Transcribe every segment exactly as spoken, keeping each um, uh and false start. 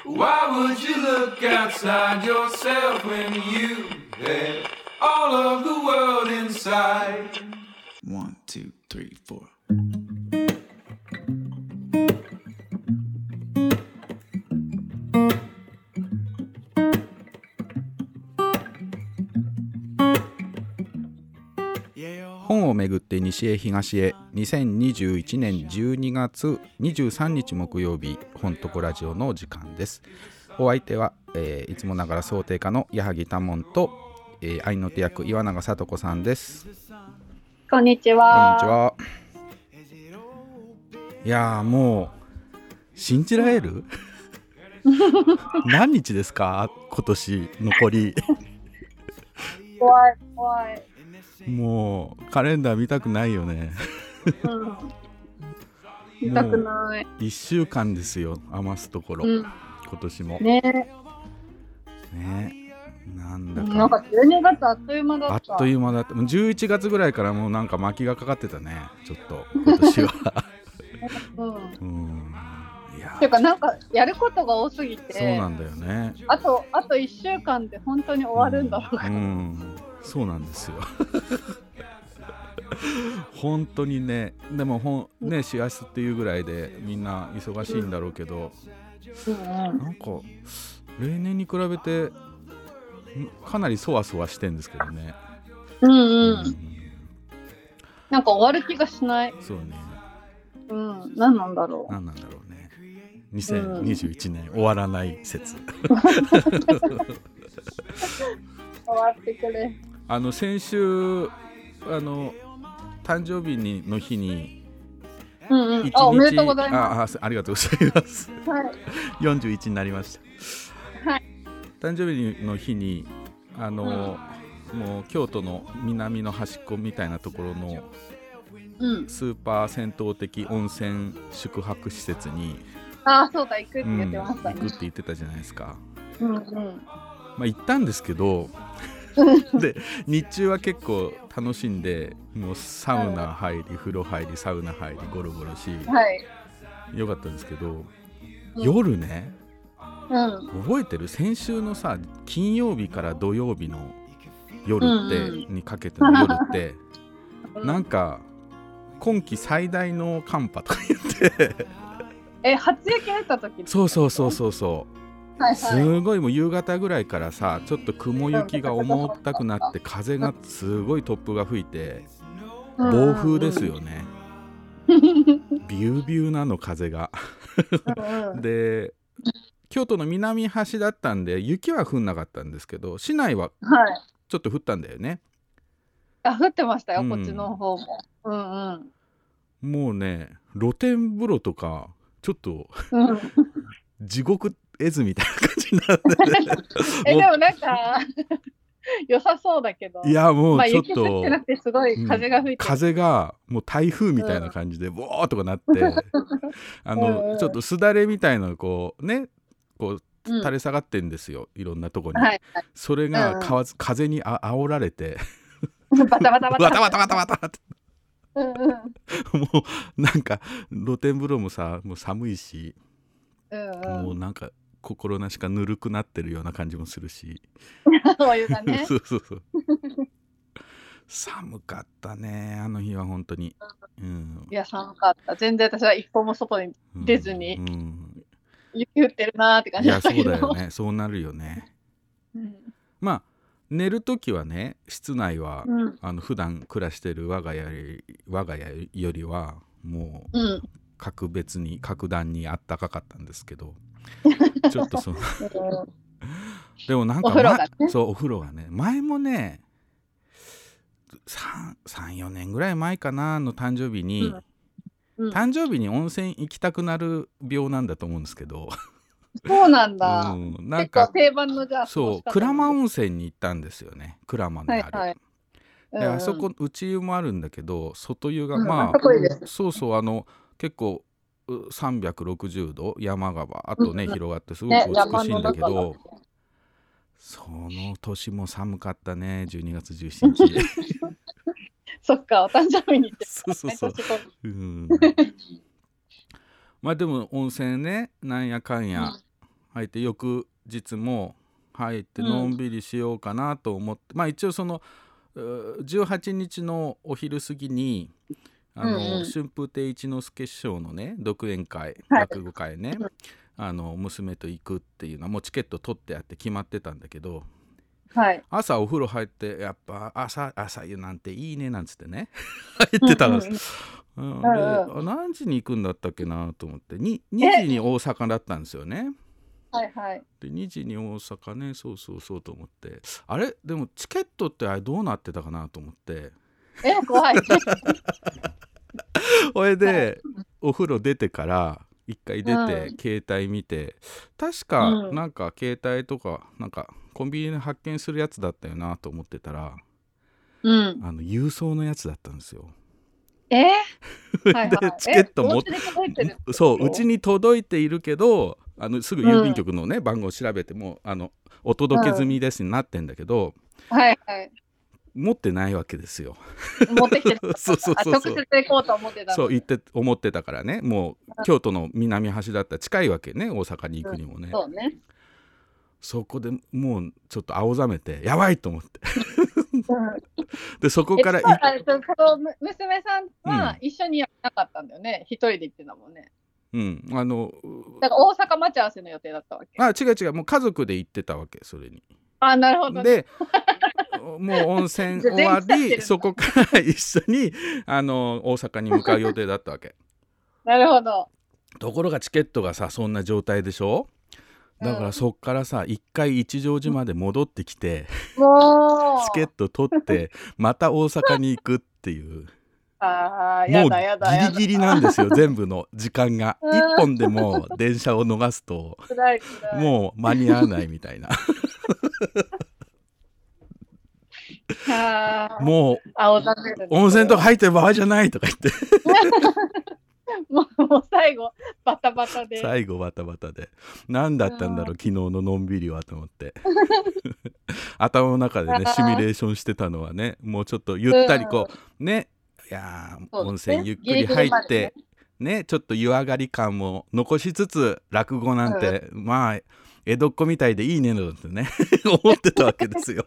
Why would you look outside yourself when you had all of the world inside? One, two, three, four. 本をめぐって西へ東へにせんにじゅういちねんじゅうにがつにじゅうさんにち木曜日、本とこラジオの時間です。お相手は、えー、いつもながら想定家の矢作多門と、えー、愛の手役岩永聡子さんです。 こんにちは。 こんにちは。いやーもう信じられる何日ですか今年残り怖い怖い。 もうカレンダー見たくないよね、 うん、見たくない。 いっしゅうかんですよ、余すところ、うん、今年もねね、なんだかなんかじゅうにがつあっという間だった。 あっという間だった。じゅういちがつぐらいからもうなんか巻きがかかってたね、ちょっと今年はうん、 うんいやていうかなんかやることが多すぎて、 そうなんだよね。 あとあといっしゅうかんで本当に終わるんだろうか、 うんうん、そうなんですよ本当にね。でもほんねしあすっていうぐらいでみんな忙しいんだろうけど、 うんうん、 なんか例年に比べてかなりそわそわしてんですけどね。 うんうん、うん、なんか終わる気がしない。 そうね。 うん、何なんだろう。 何なんだろうね。にせんにじゅういちねん、うん、終わらない説終わってくれ。 あの先週あの誕生日にの日に、 うんうん、あ、おめでとうございます。 あ, ありがとうございます、 はい、 よんじゅういちになりました、はい、誕生日の日にあの、うん、もう京都の南の端っこみたいなところの、うん、スーパー銭湯的温泉宿泊施設に、 あ、そうだ、行くって言ってましたね、 うん、行くって言ってたじゃないですか、 うんうん、 まあ、行ったんですけどで日中は結構楽しんで、もうサウナ入り、はい、風呂入り、サウナ入り、ゴロゴロし、はい、よかったんですけど、うん、夜ね、うん、覚えてる？先週のさ、金曜日から土曜日の夜って、うんうん、にかけての夜って、うん、なんか今季最大の寒波とか言ってえ、初雪降った時？ そうそうそうそうそう、はいはい、すごいもう夕方ぐらいからさ、ちょっと雲行きが重たくなって風がすごい突風が吹いて暴風ですよね、うんうん、ビュービューなの風がで京都の南端だったんで雪は降んなかったんですけど、市内はちょっと降ったんだよね、 はい、あ、降ってましたよ、うん、こっちの方も、うんうん、 もうね露天風呂とかちょっと、うん、地獄絵図みたいな感じになってえでもなんか良さそうだけど、 いやもうちょっと、 まあ、雪降ってなくてすごい風が吹いてる、 うん、風がもう台風みたいな感じでボーっとかなって、うん、あの、うん、ちょっとすだれみたいなこうねこう垂れ下がってんですよ、いろんなとこに、はいはい、それが、うん、風にあ煽られてバタバタバタバタバタバタバタってうんうん、 もうなんか露天風呂もさもう寒いし、うんうん、もうなんか心なしかぬるくなってるような感じもするしお湯がねそうそうそう寒かったねあの日は本当に、うん、 いや寒かった。全然私は一歩も外に出ずに、うんうん、雪降ってるなーって感じだったけど。 いやそうだよね、そうなるよね、うん、まあ寝るときはね室内は、うん、あの普段暮らしてる我が家より、我が家よりはもう、うん、格別に格段にあったかかったんですけどちょっとそのでもなんか、 お風呂がね、 ま、そうお風呂がね前もねさんよねんぐらい前かなの誕生日に、うんうん、誕生日に温泉行きたくなる病なんだと思うんですけどそうなんだ、うん、 なんか結構定番のじゃあそう鞍馬温泉に行ったんですよね、鞍馬にある、はいはい、で、うんうん、あそこ内湯もあるんだけど外湯が、うん、まあそうそうあの結構さんびゃくろくじゅうど山がバーっとね、うん、広がってすごく美しいんだけど、ね、その年も寒かったね、じゅうにがつじゅうしちにちそっかお誕生日に行って、 そうそうそう、うん、まあでも温泉ねなんやかんや、 入って翌日も入ってのんびりしようかなと思って、うん、まあ一応そのじゅうはちにちのお昼過ぎにあの、うんうん、春風亭一之輔師匠のね独演会、はい、落語会ね、あの娘と行くっていうのはもうチケット取ってあって決まってたんだけど、 はい、 朝お風呂入ってやっぱ朝朝湯なんていいねなんつってね入ってたんです、うんうん、で、うん、何時に行くんだったっけなと思って 2, にじに大阪だったんですよね。 はいはい、 でにじに大阪ね、そうそうそうと思って、あれでもチケットってあれどうなってたかなと思って、 え怖いそれでお風呂出てから一回出て、うん、携帯見て、確かなんか携帯とかなんかコンビニで発見するやつだったよなと思ってたら、うん、あの郵送のやつだったんですよ。 えーはいはい、 でチケットもそううちに届いているけど、あのすぐ郵便局のね、うん、番号を調べてもあのお届け済みですになってんだけど、 うん、はいはい、 持ってないわけですよ。 持ってきてそうそうそうそう、 直接行こうと思ってたそう言って思ってたからね、もう京都の南端だったら近いわけね、大阪に行くにもね、うん、 そうね、 そこでもうちょっと青ざめてやばいと思ってでそこからえその娘さんは一緒にはなかったんだよね、うん、一人で行ってたもんね。 うん、あのだから大阪待ち合わせの予定だったわけ。 あ違う違う、もう家族で行ってたわけ、それに。 あなるほど、ね、 でもう温泉終わりそこから一緒にあの大阪に向かう予定だったわけなるほど。 ところがチケットがさそんな状態でしょ。だからそっからさ一回一乗寺まで戻ってきて、うん、チケット取ってまた大阪に行くっていうあやだやだもうギリギリなんですよ全部の時間が一本でも電車を逃すともう間に合わないみたいなもう温泉とか入ってる場合じゃないとか言ってもう最後バタバタで最後バタバタで何だったんだろう、うん、昨日ののんびりはと思って頭の中でねシミュレーションしてたのはね、もうちょっとゆったりこう、うん、ねいや温泉ゆっくり入ってねちょっと湯上がり感も残しつつ落語なんて、うん、まあ江戸っ子みたいでいいねのってね思ってたわけですよ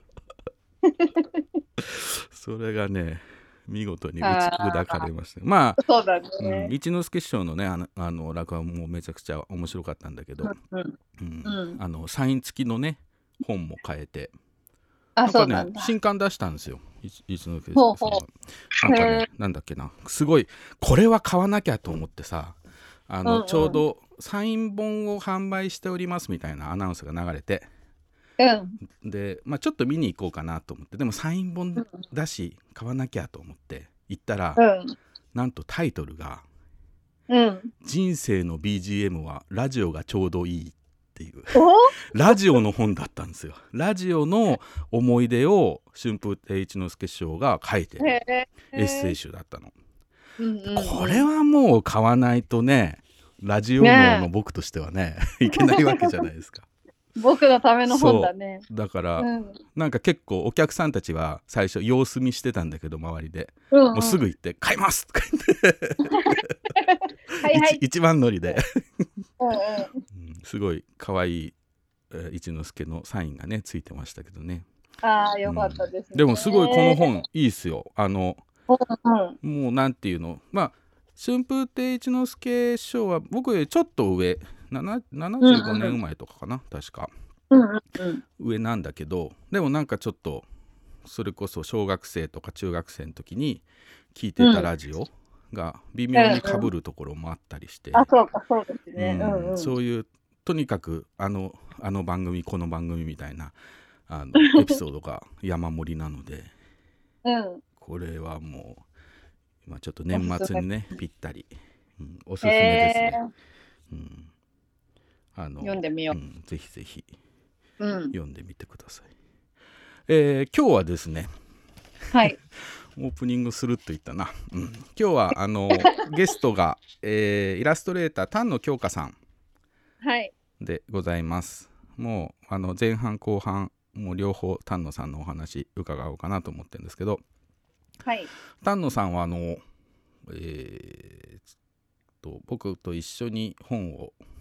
それがね見事に打ち砕かれました。まあそうだね、 うん、一之輔師匠のねあのあの落語はもうめちゃくちゃ面白かったんだけど、 うんうんうん、あのサイン付きのね本も変えて、 あなんかねそうなんだ新刊出したんですよ一之輔師匠さんは。なんかねなんだっけな、すごいこれは買わなきゃと思ってさ、あの、うんうん、ちょうどサイン本を販売しておりますみたいなアナウンスが流れて、 うん、 で、まあ、ちょっと見に行こうかなと思って、でもサイン本だし買わなきゃと思って行ったら、 うん、 なんとタイトルが、 うん、 人生の ビージーエム はラジオがちょうどいいっていうラジオの本だったんですよ。ラジオの思い出を春風亭一之輔師匠が書いてるエッセイ集だったの、 うんうんうん、 これはもう買わないとねラジオ脳の僕としては ね, ねいけないわけじゃないですか僕のための本だね。 だから、 うん、 なんか結構お客さんたちは最初様子見してたんだけど周りで、 うんうん、 もうすぐ行って買いますとか言ってはい、はい、一番乗りでうん、うん、 すごい可愛い、えー、一之輔のサインがねついてましたけどね。 ああよかったですね、うん、 でもすごいこの本いいっすよ。あの、 うん、 もうなんていうの、まあ春風亭一之輔師匠は僕よりちょっと上ななじゅうごねん生まれとかかな、うんうん、確か、 うんうんうん、 上なんだけど、でもなんかちょっとそれこそ小学生とか中学生の時に聞いてたラジオが微妙に被るところもあったりして、 うんうん、あそうかそうですね、 うんうんうん、 そういうとにかくあのあの番組この番組みたいなあのエピソードが山盛りなので、 うん、 これはもう今ちょっと年末にねぴったり、うん、おすすめですね、えーうん、あの読んでみよう、 うん、ぜひぜひ、 うん、 読んでみてください。えー、今日はですね、 はい、 オープニングするといったな、うん、今日はあのゲストが、えー、イラストレーター丹野京香さんでございます。もうあの前半後半もう両方丹野さんのお話伺おうかなと思ってるんですけど、 はい、 丹野さんはあの、えー、と僕と一緒に本を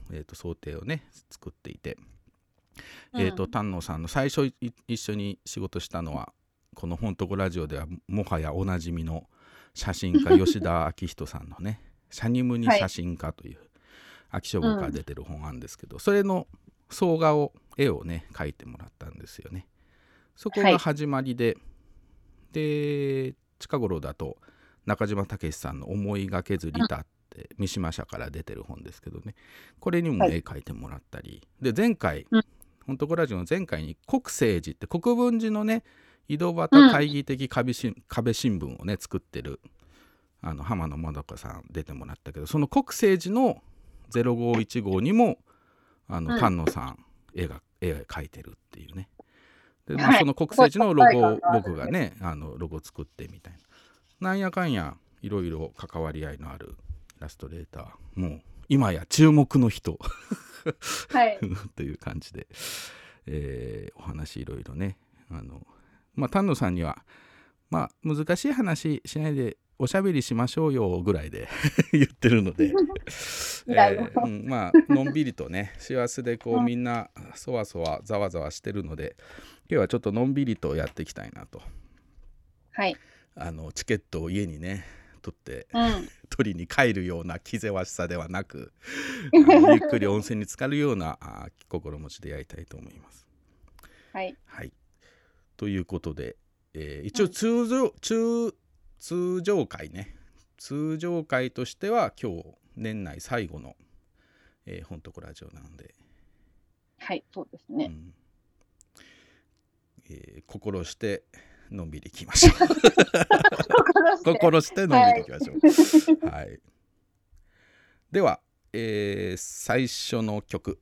えー、と想定をね作っていて、うん、えー、と丹野さんの最初一緒に仕事したのはこの「ほんとこラジオ」ではもはやおなじみの写真家吉田明人さんのね「シャニムニ写真家」という、はい、秋書房から出てる本なんですけど、うん、それの総画を絵をね描いてもらったんですよね。そこが始まりで、はい、で近頃だと中島武さんの「思いがけずリタ」って三島社から出てる本ですけどね、これにも絵描いてもらったり、はい、で前回、うん、ほんとこラジオの前回に国政寺って国分寺のね井戸端会議的壁新聞をね作ってるあの浜野まどかさん出てもらったけど、その国政寺のゼロごいち号にもあの、うん、丹野さん絵が絵が描いてるっていうね。で、まあ、その国政寺のロゴを僕がねあのロゴ作ってみたいな、なんやかんやいろいろ関わり合いのあるイラストレーター、もう今や注目の人はいという感じで、えー、お話いろいろねあのまあ、丹野さんには、まあ、難しい話しないでおしゃべりしましょうよぐらいで言ってるので、えーうん、まあのんびりとね幸せでこうみんなそわそわざわざわしてるので、今日はちょっとのんびりとやっていきたいなと、 はい、 あのチケットを家にね取って、うん、取りに帰るような気ぜわしさではなくあのゆっくり温泉に浸かるようなあ心持ちでやりたいと思います。 はい、 はいということで、えー、一応通常、うん、通, 通常回ね通常回としては今日年内最後の、えー、ほんとこラジオなので、 はいそうですね、 うんえー、心してのんびりいきましょう心してのんびりいきましょう、はいはい、では、えー、最初の曲、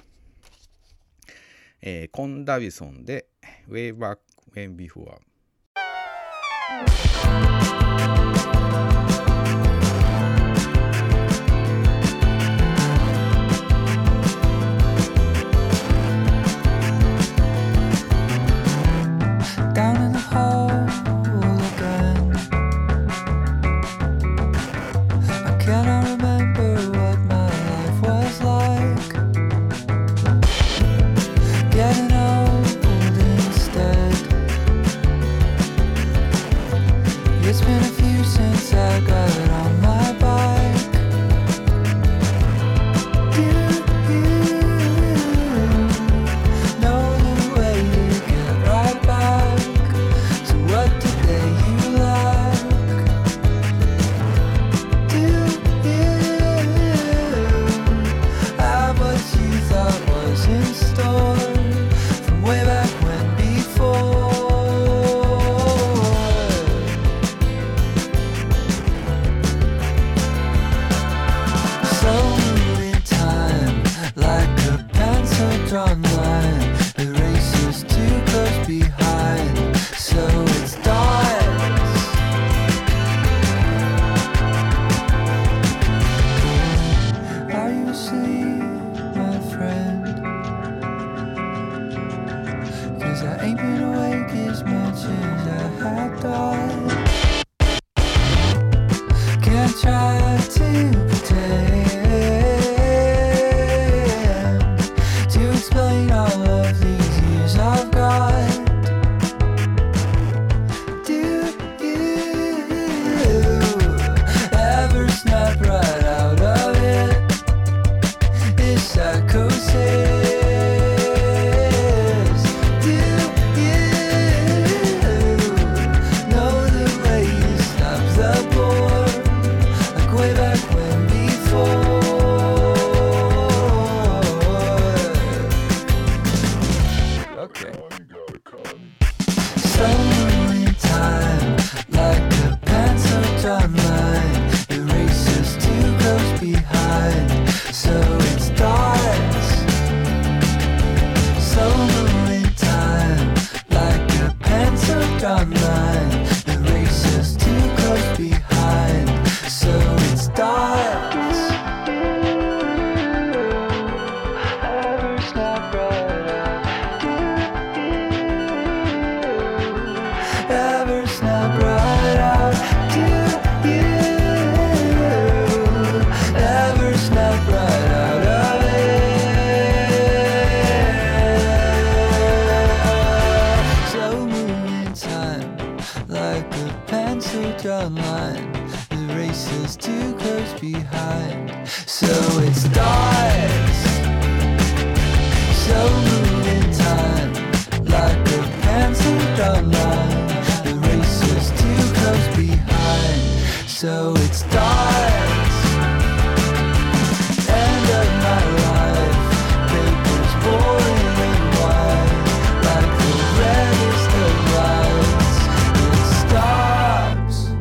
えー、コン・ダビソンでWay back when before. Down in the hole again. I cannot remember what my life was like. Getting old instead. It's been a few since I got on my bike. Do you know the way to get right back to what today you like? Do you how much you thought was in store from way back when before? Drawn line, the race is too close behind, so it's dance. Are you asleep, my friend? 'Cause I ain't been awake as much as I had thought. Can't try to pretend explain all of these years I've got. Do you ever snap right out of it? Is psychosis? Do you know the way to stop the bore, like way back when before? slow moving time, like a penciled drum line. The race is two clubs behind, so it starts. End of my life, papers pouring in wine, like the reddest of lights. It stops.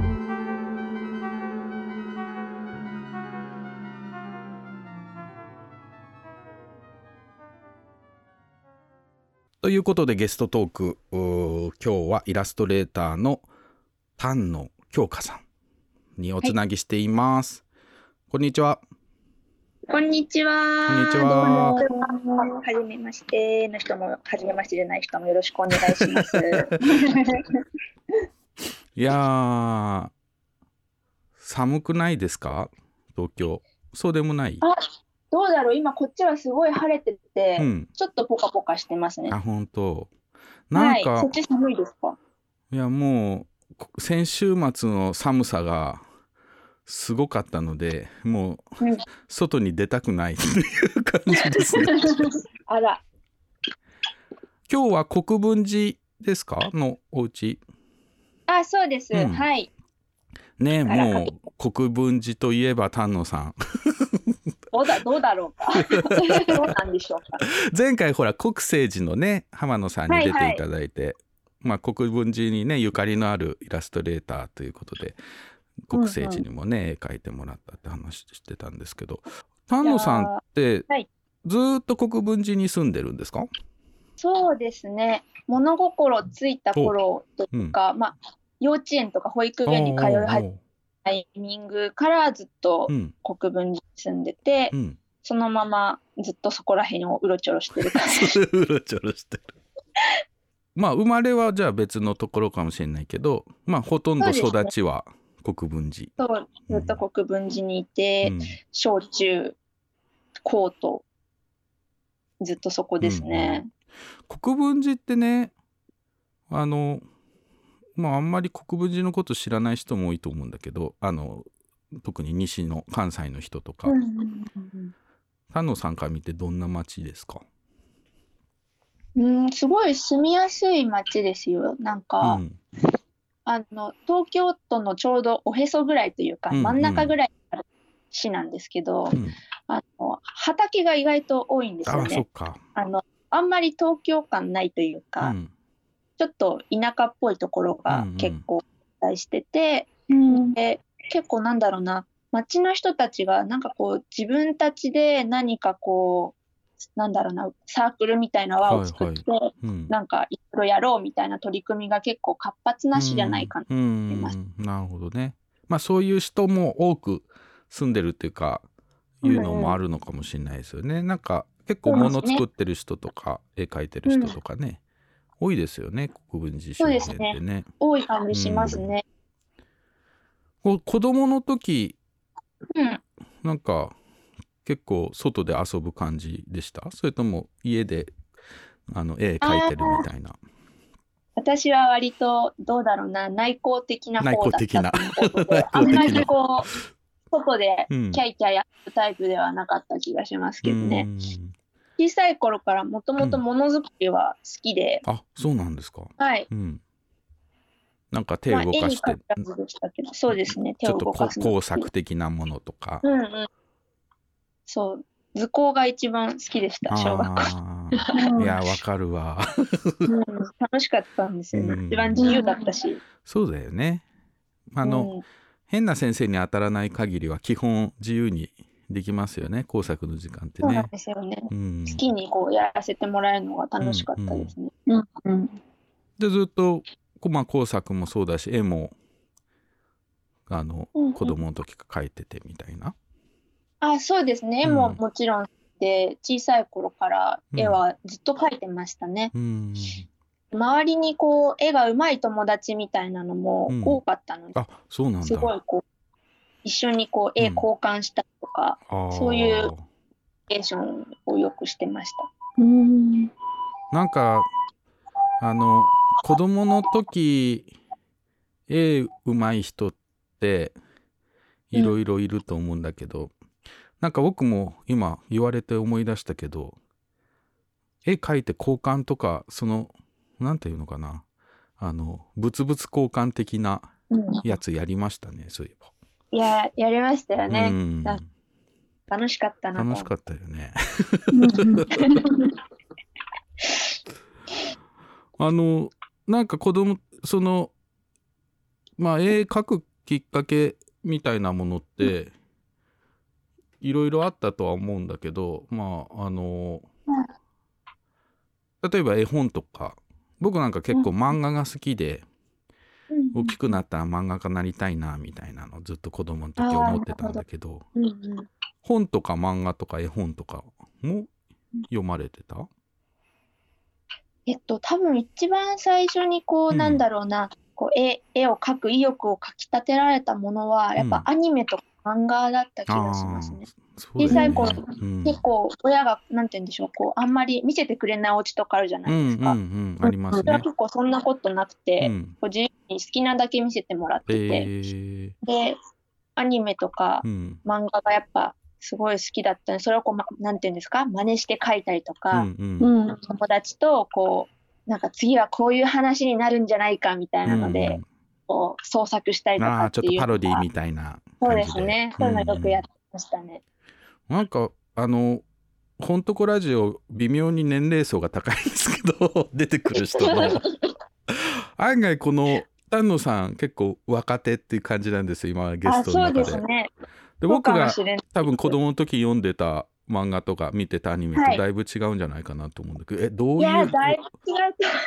ということでゲストトーク、今日はイラストレーターの丹野京香さんにおつなぎしています、はい、こんにちは。 こんにちは。 こんにちは。 はじめましての人もはじめましてじゃない人もよろしくお願いしますいやー寒くないですか東京。そうでもない。 あ、どうだろう、今こっちはすごい晴れてて、うん、ちょっとポカポカしてますね。 あ、本当。なんか、 はい、そっち寒いですか？ いやもう先週末の寒さがすごかったので、もう、うん、外に出たくないっていう感じですねあら、 今日は国分寺ですかのお家？あ、 そうです、うん、はいねえ、もう国分寺といえば丹野さんどうだ、どうだろうかどうなんでしょうか。 前回ほら国聖寺のね浜野さんに出ていただいて、はいはい、まあ、国分寺にねゆかりのあるイラストレーターということで国聖寺にもね、うんうん、絵描いてもらったって話してたんですけど、丹野さんって、はい、ずっと国分寺に住んでるんですか？ そうですね、物心ついた頃とか、うん、まあ幼稚園とか保育園に通い始めたタイミングからずっと国分寺に住んでて、うん、そのままずっとそこら辺をうろちょろしてる感じうろちょろしてるまあ生まれはじゃあ別のところかもしれないけど、まあほとんど育ちは国分寺。 そう、ずっと国分寺にいて、うん、小中高とずっとそこですね、 うん、国分寺ってね、あのまああんまり国分寺のこと知らない人も多いと思うんだけど、あの特に西の関西の人とか、うん、丹野さんから見てどんな町ですか？ うん、すごい住みやすい町ですよ。なんか、うん、あの東京都のちょうどおへそぐらいというか、うんうん、真ん中ぐらいの市なんですけど、うん、あの畑が意外と多いんですよね。 あ、そっか。 あのあんまり東京感ないというか、うん、ちょっと田舎っぽいところが結構在してて、うんうん、で結構なんだろうな、町の人たちがなんかこう自分たちで何かこうなんだろうな、サークルみたいな輪を作って、はいはい、うん、なんかいろいろやろうみたいな取り組みが結構活発な市じゃないかなと思います。 うんうん、なるほどね。まあそういう人も多く住んでるっていうかいうのもあるのかもしれないですよね。うん、なんか結構物作ってる人とか、ね、絵描いてる人とかね、うん、多いですよね、国分寺周辺ってね。そうですね、 多い感じしますね。 うん、子供の時、うん、なんか結構外で遊ぶ感じでした？それとも家であの絵描いてるみたいな？ 私は割とどうだろうな、内向的な方だったと思うので、 あんまりこう外でキャイキャイやるタイプではなかった気がしますけどね。うん、小さい頃からもともとものづくりは好きで、 うん、あ、そうなんですか。 はい、 うん、なんか手を動かして、まあ、絵に描いたでしたけど、そうですね、手を動かすの。 ちょっと工作的なものとか。 うんうん、そう図工が一番好きでした、小学校。 いや、わかるわ、 うん、楽しかったんですよね、うん、一番自由だったし。 そうだよね。あの、うん、変な先生に当たらない限りは基本自由にできますよね、工作の時間ってね。 そうなんですよね、うん、好きにこうやらせてもらえるのが楽しかったですね、うんうんうん、 でずっと、まあ、工作もそうだし絵もあの、うんうん、子供の時から描いててみたいな。 あ、そうですね、絵ももちろんで、小さい頃から絵はずっと描いてましたね、うん、周りにこう絵が上手い友達みたいなのも多かったので、 うん、あ、そうなんだ。 すごいこう一緒にこう絵交換したりとか、うん、そういうコミュニケーションをよくしてました。うん、 なんかあの子供の時絵上手い人っていろいろいると思うんだけど、うん、なんか僕も今言われて思い出したけど、 絵描いて交換とか、そのなんていうのかな、あの物々交換的なやつやりましたね、うん、そういえば。 いややりましたよね、うん、楽しかったな。 楽しかったよねあのなんか子供そのまあ絵描くきっかけみたいなものっていろいろあったとは思うんだけど、まああの例えば絵本とか、僕なんか結構漫画が好きで、うん、大きくなったら漫画家になりたいなみたいなのをずっと子供の時思ってたんだけど、うんうん、本とか漫画とか絵本とかも読まれてた？ えっと多分一番最初にこう、うん、なんだろうな、こう 絵, 絵を描く意欲をかきたてられたものはやっぱアニメとか漫画だった気がしますね。うん、小さい頃、うん、結構親がなんて言うんでしょう、こうあんまり見せてくれないお家とかあるじゃないですか。うんうんうん、ありますね。それは結構そんなことなくて、うん、こう自由に好きなだけ見せてもらってて、えー、でアニメとか漫画がやっぱすごい好きだったので、それをこう、ま、なんて言うんですか、真似して描いたりとか、うんうん、友達とこうなんか次はこういう話になるんじゃないかみたいなので、うん、こう創作したりとかっていう、あ、ちょっとパロディみたいな感じで。そうですね、そういうのよくやってましたね。 うん、なんかあのほんとこラジオ微妙に年齢層が高いんですけど出てくる人の案外この丹野さん結構若手っていう感じなんですよ、今ゲストの中で。 あ、そうですね。 で僕が多分子供の時読んでた漫画とか見てたアニメとだいぶ違うんじゃないかなと思うんだけど、はい、えどういう、いやだいぶ違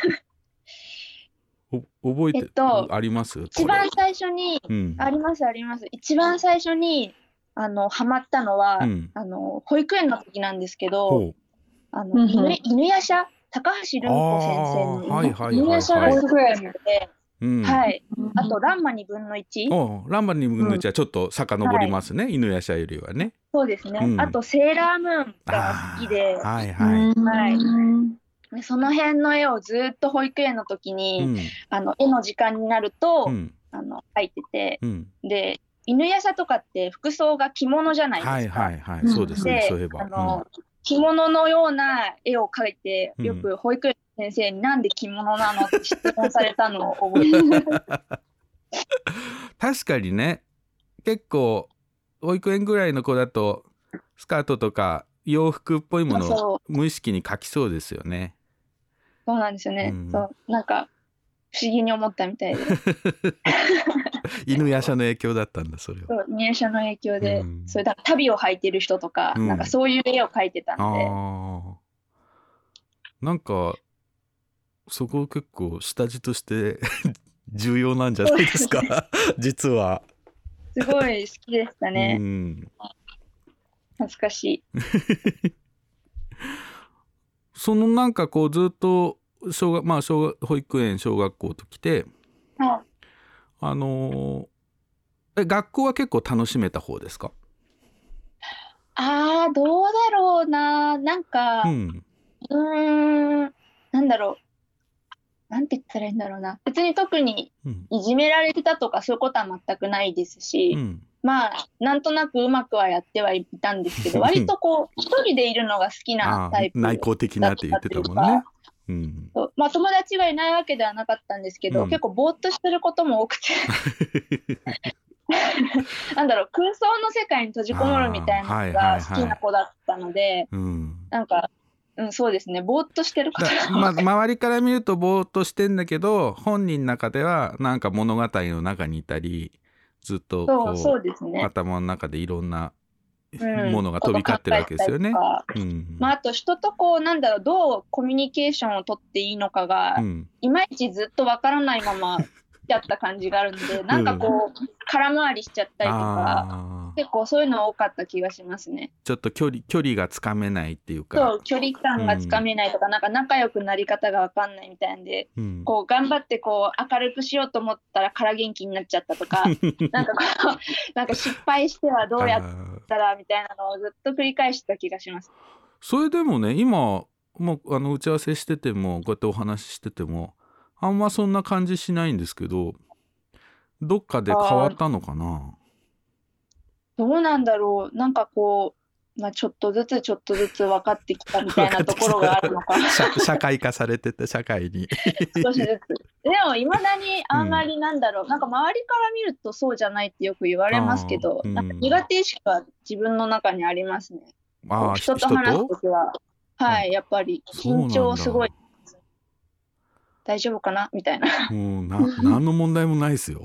うと覚えて、えっと、あります？ 一番最初に、うん、ありますあります。一番最初にあのハマったのは、うん、あの保育園の時なんですけど、あの、うん、犬, 犬夜叉、高橋留美子先生の、はいはい、犬夜叉が保育園で、うん、はい、あとランマにぶんのいち、 ランマにぶんのいちはちょっと遡りますね、うん、犬夜叉よりはね。 そうですね、うん、あとセーラームーンが好きで、はいはいはい、でその辺の絵をずっと保育園の時に、うん、あの絵の時間になると、うん、あの描いてて、うん、で犬夜叉とかって服装が着物じゃないですか。 はいはいはい、そうですね、そういえば。 あの、うん、着物のような絵を描いて、よく保育園の先生になんで着物なのって質問されたのを覚えてる。 確かにね、結構保育園ぐらいの子だとスカートとか洋服っぽいものを無意識に描きそうですよね。 そうなんですよね、うん、そうなんか不思議に思ったみたいで犬夜叉の影響だったんだ、それは。 そう、犬夜叉の影響で、うん、それだ足袋を履いてる人とか、うん、なんかそういう絵を描いてたんで、あなんかそこ結構下地として重要なんじゃないですか実は。 すごい好きでしたね、うん、懐かしいそのなんかこうずっと小学、まあ、小学保育園小学校ときて、はい、あのー、え学校は結構楽しめた方ですか？ あーどうだろうな、なんか、うん、うーんなんだろう、なんて言ったらいいんだろうな、別に特にいじめられてたとかそういうことは全くないですし、うん、まあなんとなくうまくはやってはいたんですけど割とこう一人でいるのが好きなタイプ内向的なって言ってたもんね。うん、 そうまあ、友達がいないわけではなかったんですけど、うん、結構ぼーっとしてることも多くてなんだろう、空想の世界に閉じこもるみたいなのが好きな子だったので、はいはいはい、なんか、うん、そうですね、ぼーっとしてることが、 まあ、周りから見るとぼーっとしてんだけど本人の中ではなんか物語の中にいたりずっとこう、そうですね、頭の中でいろんなものが飛び交ってるわけですよね。 うん、まあ、あと人とこうなんだろう、どうコミュニケーションを取っていいのかが、うん、いまいちずっとわからないままやった感じがあるんで、なんかこう空回りしちゃったりとか、結構そういうの多かった気がしますね。 ちょっと距離距離がつかめないっていうか、 そう距離感がつかめないとか、うん、なんか仲良くなり方がわかんないみたいなんで、うん、こう頑張ってこう明るくしようと思ったら空元気になっちゃったとかなんかこうなんか失敗してはどうやったらみたいなのをずっと繰り返してた気がします。 それでもね、今もうあの打ち合わせしててもこうやってお話ししててもあんまそんな感じしないんですけど、どっかで変わったのかな。 どうなんだろう、なんかこうまあ、ちょっとずつちょっとずつ分かってきたみたいなところがあるのかな。 社, 社会化されてて社会に少しずつ。でもいまだにあんまりなんだろう、うん、なんか周りから見るとそうじゃないってよく言われますけど、うん、なんか苦手意識は自分の中にありますね。あ人と話すときは、はい、やっぱり緊張すごい。大丈夫かなみたいな。 もうな何の問題もないですよ。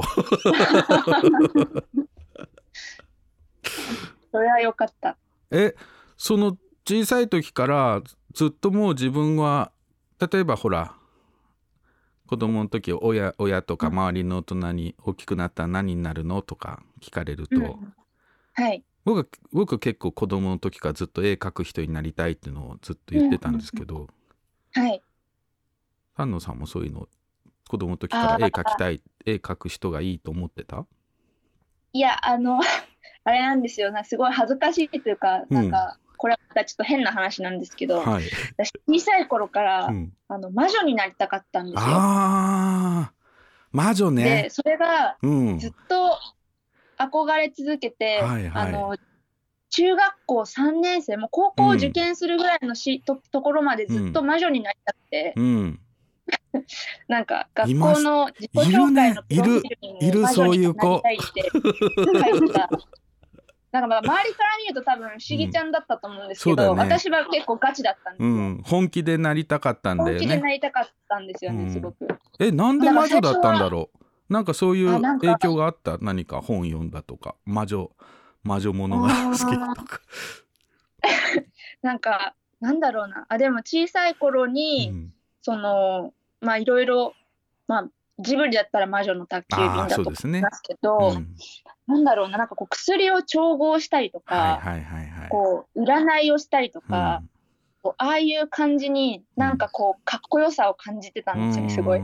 それはよかった。 え、その小さい時からずっともう自分は例えばほら子供の時 親, 親とか周りの大人に大きくなったら何になるのとか聞かれると、うん、 はい、 僕, 僕結構子供の時からずっと絵描く人になりたいっていうのをずっと言ってたんですけど、うん、 はい。 丹野さんもそういうの子供の時から絵描きたい絵描く人がいいと思ってた？ いやあのあれなんですよ、すごい恥ずかしいというか、なんか、うん、これはまたちょっと変な話なんですけど、はい、私小さい頃から、うん、あの魔女になりたかったんですよ。 あー、魔女ね。 でそれがずっと憧れ続けて、うんはいはい、あの中学校さんねん生も高校を受験するぐらいのし、うん、と, ところまでずっと魔女になりたくて、うん、なんか学校の自己紹介のプロフィールに魔女になりたいって書いてた。なんかまあ周りから見ると多分不思議ちゃんだったと思うんですけど、うんね、私は結構ガチだったんですよ、うん、 本気でなりたかったんだよね。 本気でなりたかったんですよね、うん、すごく。 え、なんで魔女だったんだろう。なんかそういう影響があった？何か本読んだとか魔女魔女ものが好きとかなんかなんだろうなあ、でも小さい頃に、うん、そのまあいろいろまあジブリだったら魔女の宅急便だと思いますけど、ねうん、なんだろうな、なんかこう薬を調合したりとか、はいはいはいはい、こう占いをしたりとか、うん、こうああいう感じになんかこうかっこよさを感じてたんですよね、すごい。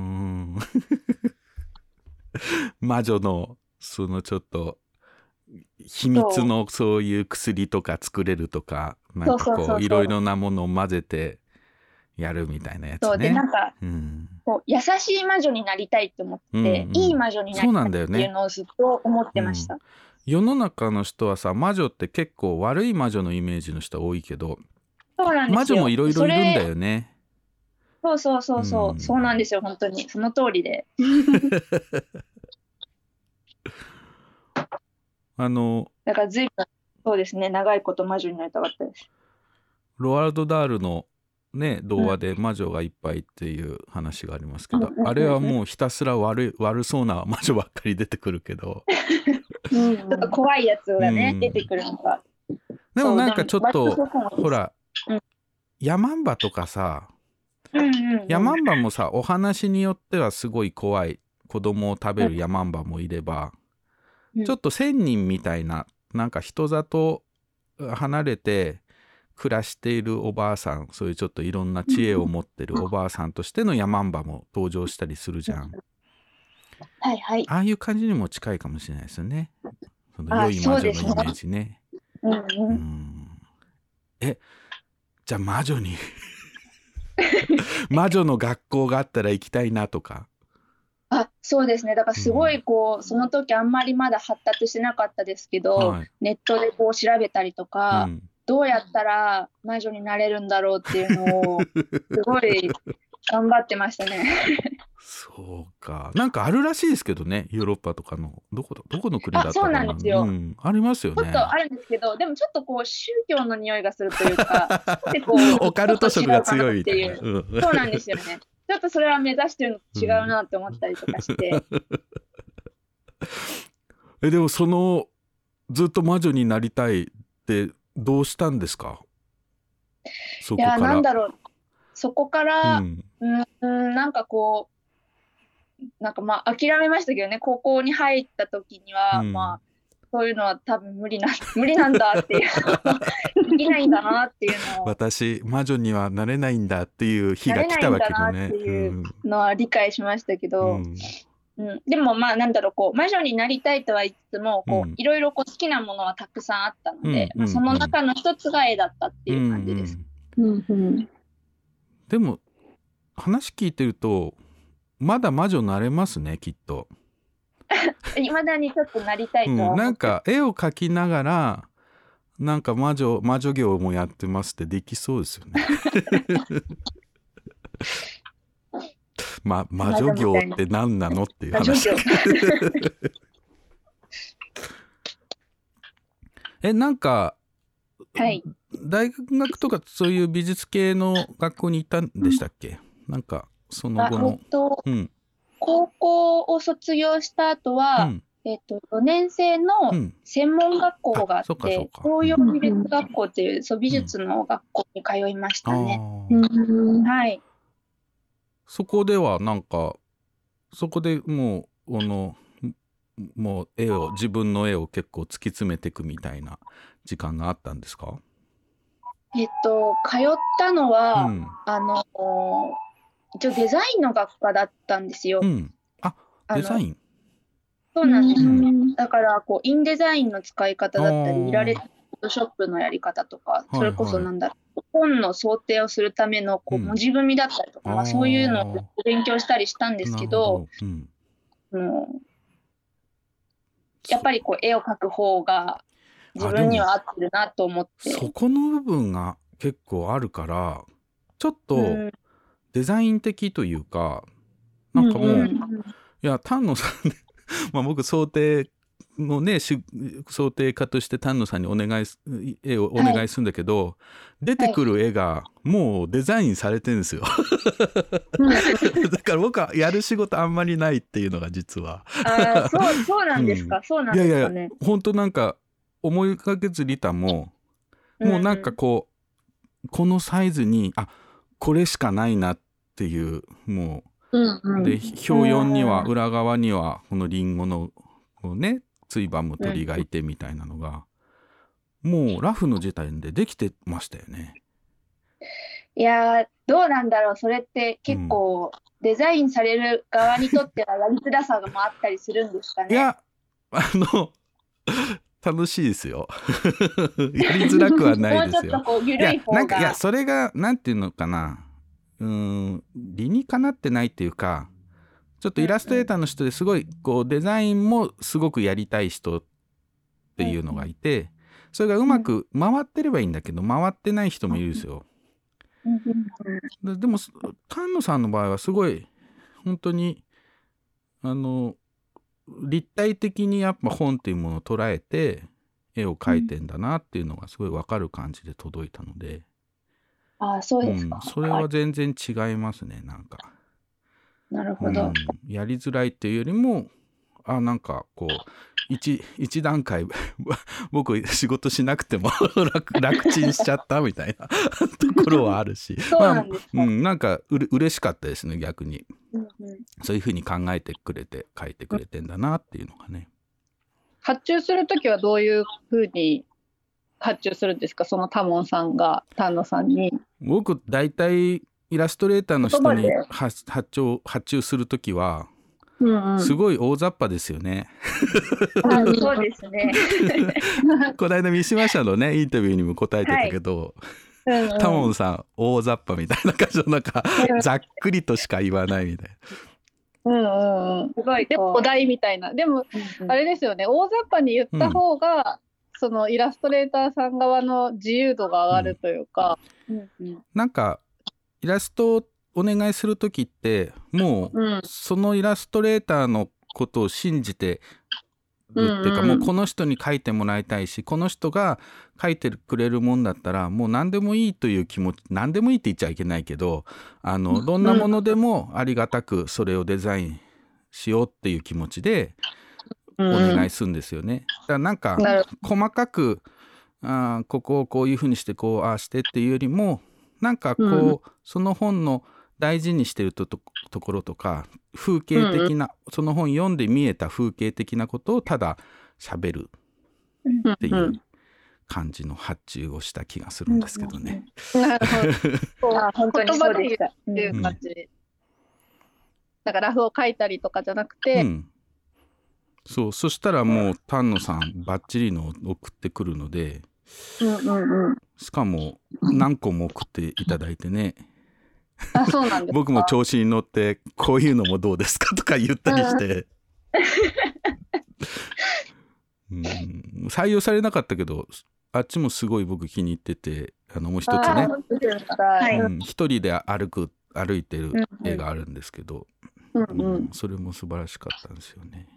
魔女のそのちょっと秘密のそういう薬とか作れるとか、なんかこういろいろなものを混ぜてやるみたいなやつね。 そうでなんか、うん、こう優しい魔女になりたいと思って、うんうん、いい魔女になりたいっていうのをずっと思ってました、ねうん、 世の中の人はさ、魔女って結構悪い魔女のイメージの人多いけど、 そうなんですよ、 魔女もいろいろいるんだよね。 そうそうそうそう、うん、そうなんですよ、本当にその通りであのだから随分そうですね、長いこと魔女になりたかったです。 ロワルド・ダールのね、童話で魔女がいっぱいっていう話がありますけど、うん、あれはもうひたすら悪い悪そうな魔女ばっかり出てくるけどちょっと怖いやつがね、うん、出てくるのが。 でもなんかちょっとほら、うん、ヤマンバとかさ、うんうんうん、ヤマンバもさ、お話によってはすごい怖い子供を食べるヤマンバもいれば、うん、ちょっと仙人みたいな、なんか人里離れて暮らしているおばあさん、そういうちょっといろんな知恵を持ってるおばあさんとしてのヤマンバも登場したりするじゃん。 はいはい。 ああいう感じにも近いかもしれないですよね。その良い魔女のイメージね。うんうん、うんえ、じゃあ魔女に魔女の学校があったら行きたいなとか。 あ、そうですね。だからすごいこう、うん、その時あんまりまだ発達してなかったですけど、はい、ネットでこう調べたりとか、うん、どうやったら魔女になれるんだろうっていうのをすごい頑張ってましたねそうか、なんかあるらしいですけどね、ヨーロッパとかのどこだどこの国だったかな。 あ、そうなんですよ、 うん、ありますよね。 ちょっとあるんですけど、でもちょっとこう宗教の匂いがするというかでこうオカルト色が強いみたいな、 うん、そうなんですよね。ちょっとそれは目指してるのと違うなって思ったりとかして、うん、 えでもそのずっと魔女になりたいってどうしたんですか？そこから。 いや、なんだろう、そこから、うん、うんなんかこうなんかまあ諦めましたけどね、高校に入った時には、うん、まあそういうのは多分無理な無理なんだっていうできないんだなっていうのを、 私魔女にはなれないんだっていう日が来たわけだね。 なれないんだなっていうのは理解しましたけど、うんうん、でもまあなんだろう、こう魔女になりたいとは言いつつもこう、うん、いろいろこう好きなものはたくさんあったので、うんまあ、その中の一つが絵だったっていう感じです、うんうん、 でも話聞いてるとまだ魔女なれますね、きっといまだにちょっとなりたいとは思って、 うん、なんか絵を描きながらなんか魔女魔女業もやってますってできそうですよね。ま、魔女業って何なのっていう話。え、なんか、 はい、 大学とかそういう美術系の学校に行ったんでしたっけ？なんかその後の、 えっとうん、 高校を卒業した後は、うん、えっと、よねん生の専門学校があって、うん、東洋美術学校っていう、そう美術の学校に通いましたね。うん、はい。 そこではなんかそこでもうあのもう絵を自分の絵を結構突き詰めていくみたいな時間があったんですか？ えっと通ったのは、うん、あの一応デザインの学科だったんですよ。 うん、あ、デザイン。 そうなんです、うん、だからこうインデザインの使い方だったり、いられるフォトショップのやり方とか、それこそなんだろう、はいはい、本の想定をするためのこう文字組みだったりとか、うん、まあ、そういうのを勉強したりしたんですけど、うん、もうやっぱりこう絵を描く方が自分には合ってるなと思って。 そこの部分が結構あるからちょっとデザイン的というか、うん、なんかもう、うんうん、いや丹野さんまあ僕想定のね想定家として丹野さんにお願い絵をお願いするんだけど、はい、出てくる絵がもうデザインされてるんですよ、はい、だから僕はやる仕事あんまりないっていうのが実はあそう、そうなんですか、うん、そうなんですかね。いやいや本当なんか思いかけずリタももうなんかこう、うん、このサイズにあこれしかないなっていうもう、うんうん、で表よんには裏側にはこのリンゴのこうねついばむ鳥がいてみたいなのが、うん、もうラフの時点でできてましたよね。 いやどうなんだろう、それって結構、うん、デザインされる側にとってはやりづらさもあったりするんですかね。 いやあの楽しいですよやりづらくはないですよ。もうちょっとこう緩い方がいやなんかいやそれがなんていうのかな、うーん理にかなってないっていうか、ちょっとイラストレーターの人ですごいこうデザインもすごくやりたい人っていうのがいて、それがうまく回ってればいいんだけど回ってない人もいるんですよ。で, でも丹野さんの場合はすごい本当にあの立体的にやっぱ本っていうものを捉えて絵を描いてんだなっていうのがすごい分かる感じで届いたので、 ああそうですか、 うん、それは全然違いますね。なんかなるほど、 うん、やりづらいっていうよりもあなんかこう 一, 一段階僕仕事しなくても 楽, 楽ちんしちゃったみたいなところはあるしそうなんですか、 まあうん、なんかうれ嬉しかったですね逆に、 うんうん、 そういうふうに考えてくれて書いてくれてんだなっていうのがね。 発注するときはどういうふうに発注するんですか、そのタモンさんが丹野さんに。 僕大体イラストレーターの人に発注発注するときはうんうん、すごい大雑把ですよね。 あそうですねこの間三島社のねインタビューにも答えてたけど、はいうんうん、タモンさん大雑把みたいな感じのなんかざっくりとしか言わないみたいな。うんうんうん、すごいでもお題みたいな。でも、うんうん、あれですよね、大雑把に言った方が、うん、そのイラストレーターさん側の自由度が上がるというか、 うんうん、なんかイラストお願いする時ってもうそのイラストレーターのことを信じてるっていうか、もうこの人に描いてもらいたいしこの人が描いてくれるもんだったらもう何でもいいという気持ち、何でもいいって言っちゃいけないけどあのどんなものでもありがたくそれをデザインしようっていう気持ちでお願いするんですよね。だからなんか細かくあここをこういうふうにしてこうああしてっていうよりもなんかこうその本の大事にしてる と, と, ところとか風景的な、うん、その本読んで見えた風景的なことをただ喋るっていう感じの発注をした気がするんですけどね。 なるほど本当にそうでしたっていう感じ、うん、だからラフを書いたりとかじゃなくて、うん、 そうそしたらもう丹野さんバッチリの送ってくるので、 うんうんうん、 しかも何個も送っていただいてねあそうなんですか。 僕も調子に乗ってこういうのもどうですかとか言ったりして、うん、採用されなかったけどあっちもすごい僕気に入ってて、あのもう一つね、うん、一人で歩く歩いてる絵があるんですけど、うんうんうん、それも素晴らしかったんですよね。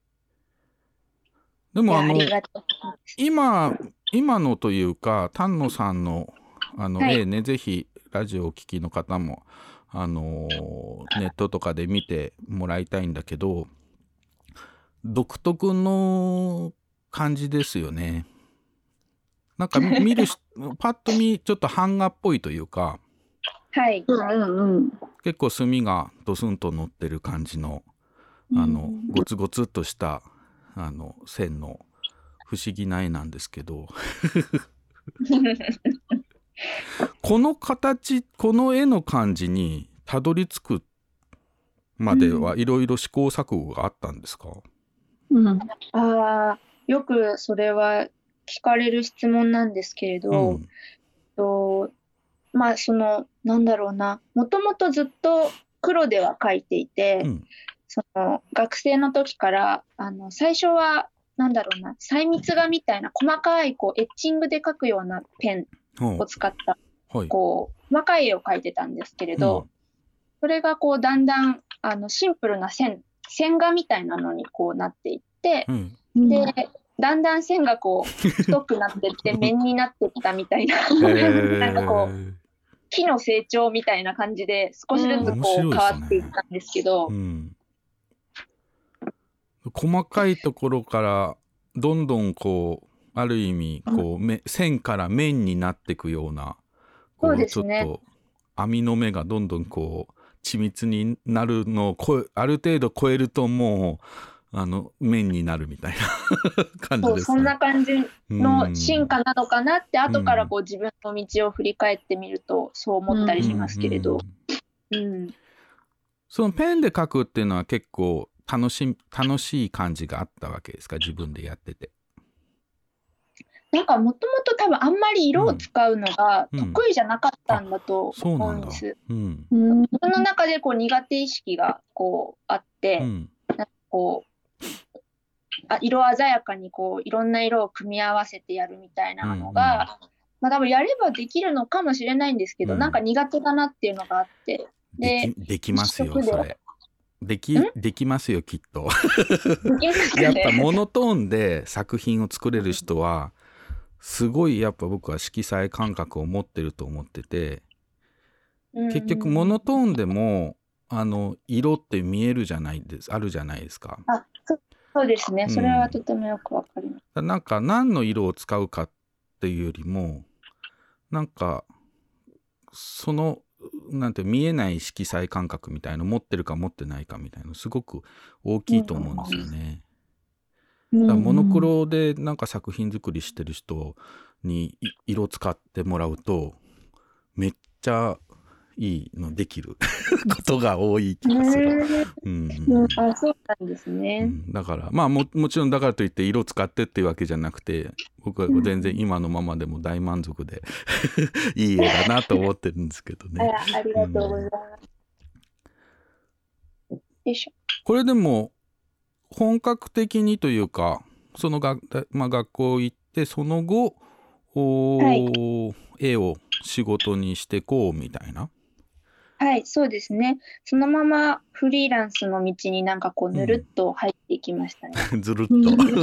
でもあの今今のというか丹野さんのあの、はい、絵ね、ぜひラジオをお聞きの方もあのネットとかで見てもらいたいんだけど、独特の感じですよね。なんか見るパッと見ちょっと版画っぽいというか、 はい、うんうん、 結構墨がドスンと乗ってる感じの、あのゴツゴツっとしたあの線の不思議な絵なんですけどこの形、この絵の感じにたどり着くまではいろいろ試行錯誤があったんですか？ うん、あ、よくそれは聞かれる質問なんですけれど、うん、とまあそのなんだろうな、もともとずっと黒では描いていて、うん、その学生の時からあの最初はなんだろうな、細密画みたいな細かいこうエッチングで描くようなペンを使った、はい、こう細かい絵を描いてたんですけれど、うん、それがこうだんだんあのシンプルな線線画みたいなのにこうなっていって、うん、でだんだん線がこう太くなってって面になってきたみたいななんかこう木の成長みたいな感じで少しずつこう変わっていったんですけど、うん、 細かいところからどんどんこうある意味こう、うん、線から面になっていくようなこうそうですね、ちょっと網の目がどんどんこう緻密になるのをこある程度超えるともうあの面になるみたいな感じですね。 そう、そんな感じの進化なのかなって後からこう自分の道を振り返ってみるとそう思ったりしますけれど、うんうん、 そのペンで描くっていうのは結構楽し楽しい感じがあったわけですか、自分でやってて。 なんかもともと多分あんまり色を使うのが得意じゃなかったんだと思うんです。うんうん、自分の中でこう苦手意識がこうあって、うん、なんかこうあ色鮮やかにこういろんな色を組み合わせてやるみたいなのが、うんうん、まあ、多分やればできるのかもしれないんですけど、うん、なんか苦手だなっていうのがあって、 で、でき、できますよそれ。でき、できますよきっと。やっぱモノトーンで作品を作れる人はすごいやっぱ僕は色彩感覚を持ってると思ってて、結局モノトーンでもあの色って見えるじゃないですあるじゃないですか。 あ、そ、そうですね、それはとてもよくわかります。 うん、なんか何の色を使うかっていうよりもなんかそのなんて見えない色彩感覚みたいの持ってるか持ってないかみたいなのすごく大きいと思うんですよね。だからモノクロでなんか作品作りしてる人に色使ってもらうとめっちゃいいのできることが多い気がする。 うんうん、あ、そうなんですね。 うん、だからまあ も, もちろんだからといって色使ってっていうわけじゃなくて僕は全然今のままでも大満足でいい絵だなと思ってるんですけどね。 あ, ありがとうございます。うん、よいしょ。 これでも本格的にというかそのが、まあ、学校行ってその後、はい、絵を仕事にしてこうみたいな。 はい、そうですね。そのままフリーランスの道になんかこうぬるっと入っていきましたね。 うん、ずるっと。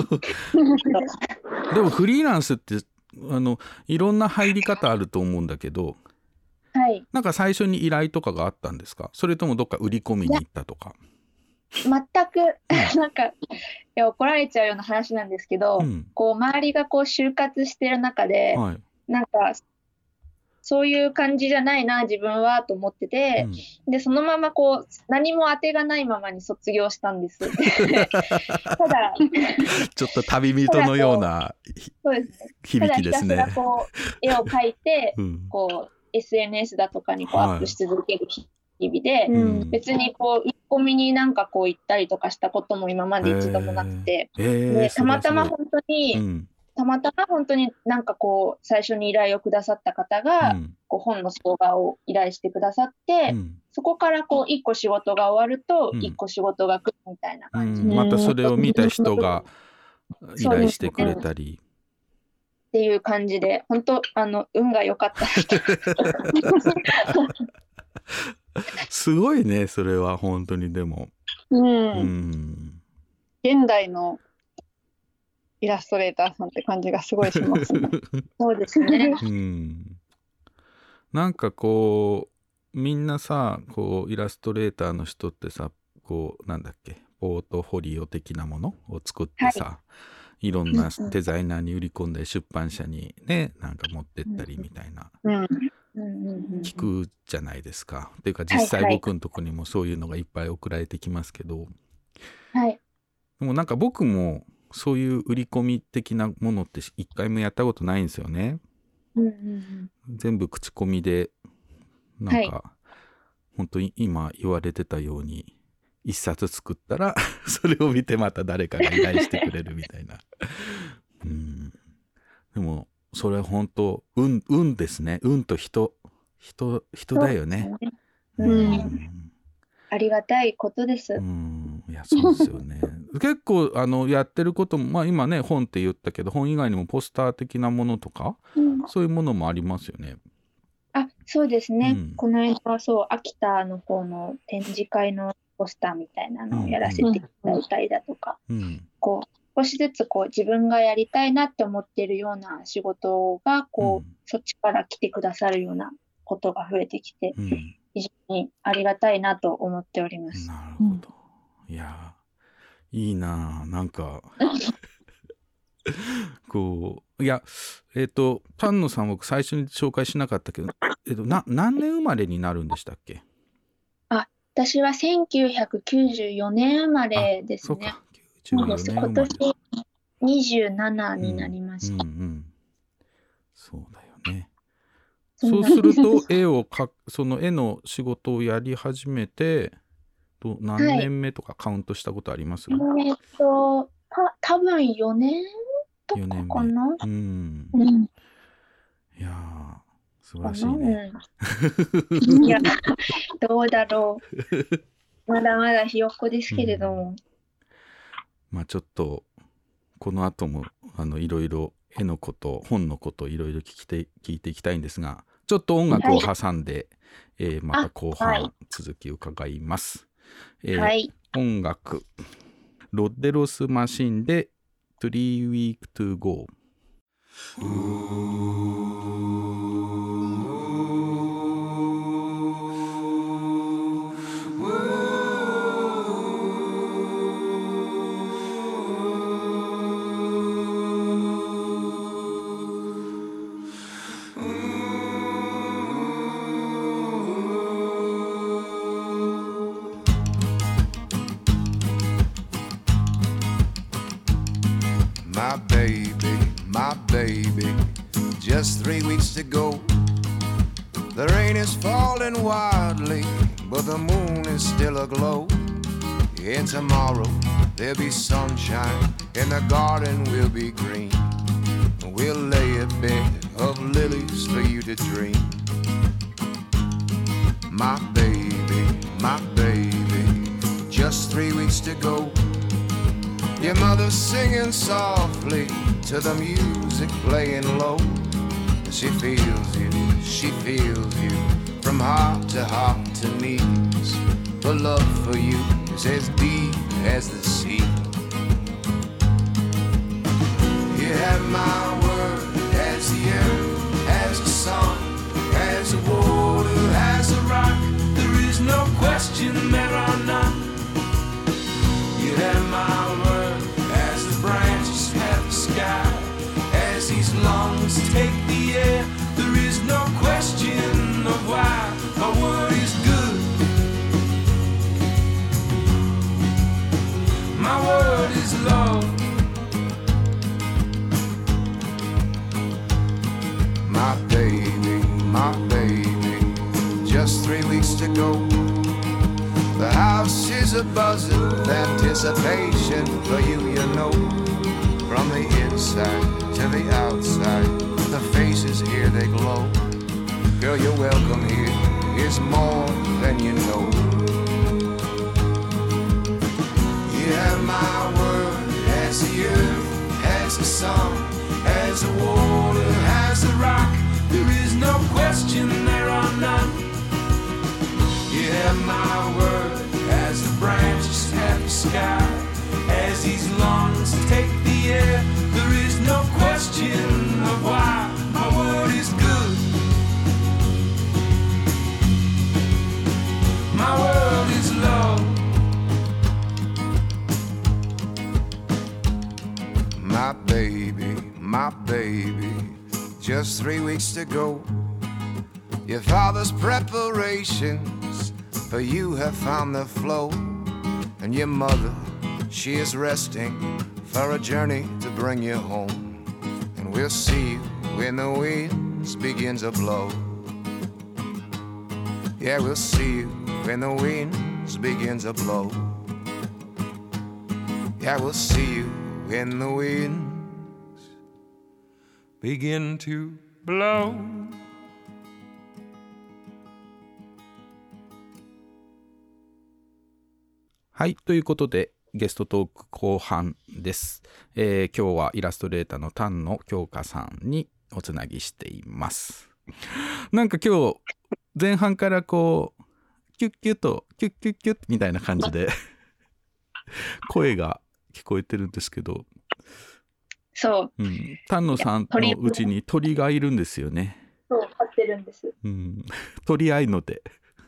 でもフリーランスってあのいろんな入り方あると思うんだけど、 はい、 なんか最初に依頼とかがあったんですか？それともどっか売り込みに行ったとか？ 全くなんかいや怒られちゃうような話なんですけど、うん、こう周りがこう就活してる中で、はい、なんかそういう感じじゃないな自分はと思ってて、うん、でそのままこう何も当てがないままに卒業したんです。ただちょっと旅人のような響きですね。 ただひたすらこう絵を描いて、うん、こう エスエヌエス だとかにこうアップし続ける日々で、はい、うん、別にこう売り込みになんかこう行ったりとかしたことも今まで一度もなくて、えー、でたまたま本当に、うん、たまたま本当になんかこう最初に依頼をくださった方が、うん、こう本の相場を依頼してくださって、うん、そこからこういっこ仕事が終わるといっこ仕事が来るみたいな感じで、 うんうん、またそれを見た人が依頼してくれたり、 っていう感じで、本当あの運が良かったすごいね、それは本当に。でも、 うん、 うん、 現代のイラストレーターさんって感じがすごいしますね。 そうですね、 うん、なんかこうみんなさ、こうイラストレーターの人ってさ、こうなんだっけ、ポートフォリオ的なものを作ってさ、はい、いろんなデザイナーに売り込んで出版社にね、なんか持ってったりみたいな、聞くじゃないですか。っていうか実際僕のとこにもそういうのがいっぱい送られてきますけど、 はい、 でもなんか僕もそういう売り込み的なものって一回もやったことないんですよね。 うんうんうん、 全部口コミでなんか、はい、本当に今言われてたように一冊作ったらそれを見てまた誰かが依頼してくれるみたいなうん、でもそれは本当運運ですね。運と人人人だよね。 うん、うん、ありがたいことです。 うん、いやそうですよね。結構あのやってることも、まあ、今ね本って言ったけど、本以外にもポスター的なものとか、うん、そういうものもありますよね。 あ、そうですね、うん、この間はそう秋田の方の展示会のポスターみたいなのをやらせていただいたりだとか、うん、こう少しずつこう自分がやりたいなって思っているような仕事がこう、うん、そっちから来てくださるようなことが増えてきて、うん、非常にありがたいなと思っております。 なるほど、うん、いやいいな、なんかこういやえっ、ー、と丹野さん僕最初に紹介しなかったけど、えー、とな何年生まれになるんでしたっけ？ あ、私はせんきゅうひゃくきゅうじゅうよねん生まれですね。そうか、きゅうじゅうよねん生まれ。今年にじゅうななになりました。うんうんうん、 そうだよね。そうすると絵をかその絵の仕事をやり始めてと何年目とかカウントしたことあります？ はい、えー、っとた多分よねんとかかな。 うん、うん、いや素晴らしいね。 うん、いやどうだろう。まだまだひよっこですけれども。うん、 まあちょっとこの後もあのいろいろ絵のこと本のこといろいろ聞きて聞いていきたいんですが、ちょっと音楽を挟んで、はい、えー、また後半続き伺います。はい、えーはい、音楽ロッデロスマシンでスリーウィークトゥゴー。 My baby, my baby, just three weeks to go. The rain is falling wildly, but the moon is still aglow. And tomorrow there'll be sunshine, and the garden will be green. We'll lay a bed of lilies for you to dream. My baby, my baby, just three weeks to go. Your mother's singing softly to the music playing low. She feels you, she feels you, from heart to heart to knees. Her love for you is as deep as the sea. You have my word, as the earth, as the sun, as the water, as the rock. There is no question, there are none. You have my word, branches have the sky, as these lungs take the air. There is no question of why my word is good. My word is love. My baby, my baby, just three weeks to go. The house is a buzzing with anticipation for you, you know. From the inside to the outside, the faces here, they glow. Girl, your welcome here is more than you know. You have my word, as the earth, as the sun, as the water. sky as these lungs take the air. There is no question of why my world is good. My world is love. My baby, my baby, just three weeks to go. Your father's preparations for you have found their flow. And your mother, she is resting for a journey to bring you home. And we'll see you when the winds begin to blow. Yeah, we'll see you when the winds begin to blow. Yeah, we'll see you when the winds begin to blow. はい、ということでゲストトーク後半です、えー、今日はイラストレーターの丹野京香さんにおつなぎしています。なんか今日前半からこうキュッキュッとキュッキュッキュッみたいな感じで声が聞こえてるんですけど、 そう、 うん、丹野さんのうちに鳥がいるんですよね。 そう、飼ってるんです、 うん、鳥愛ので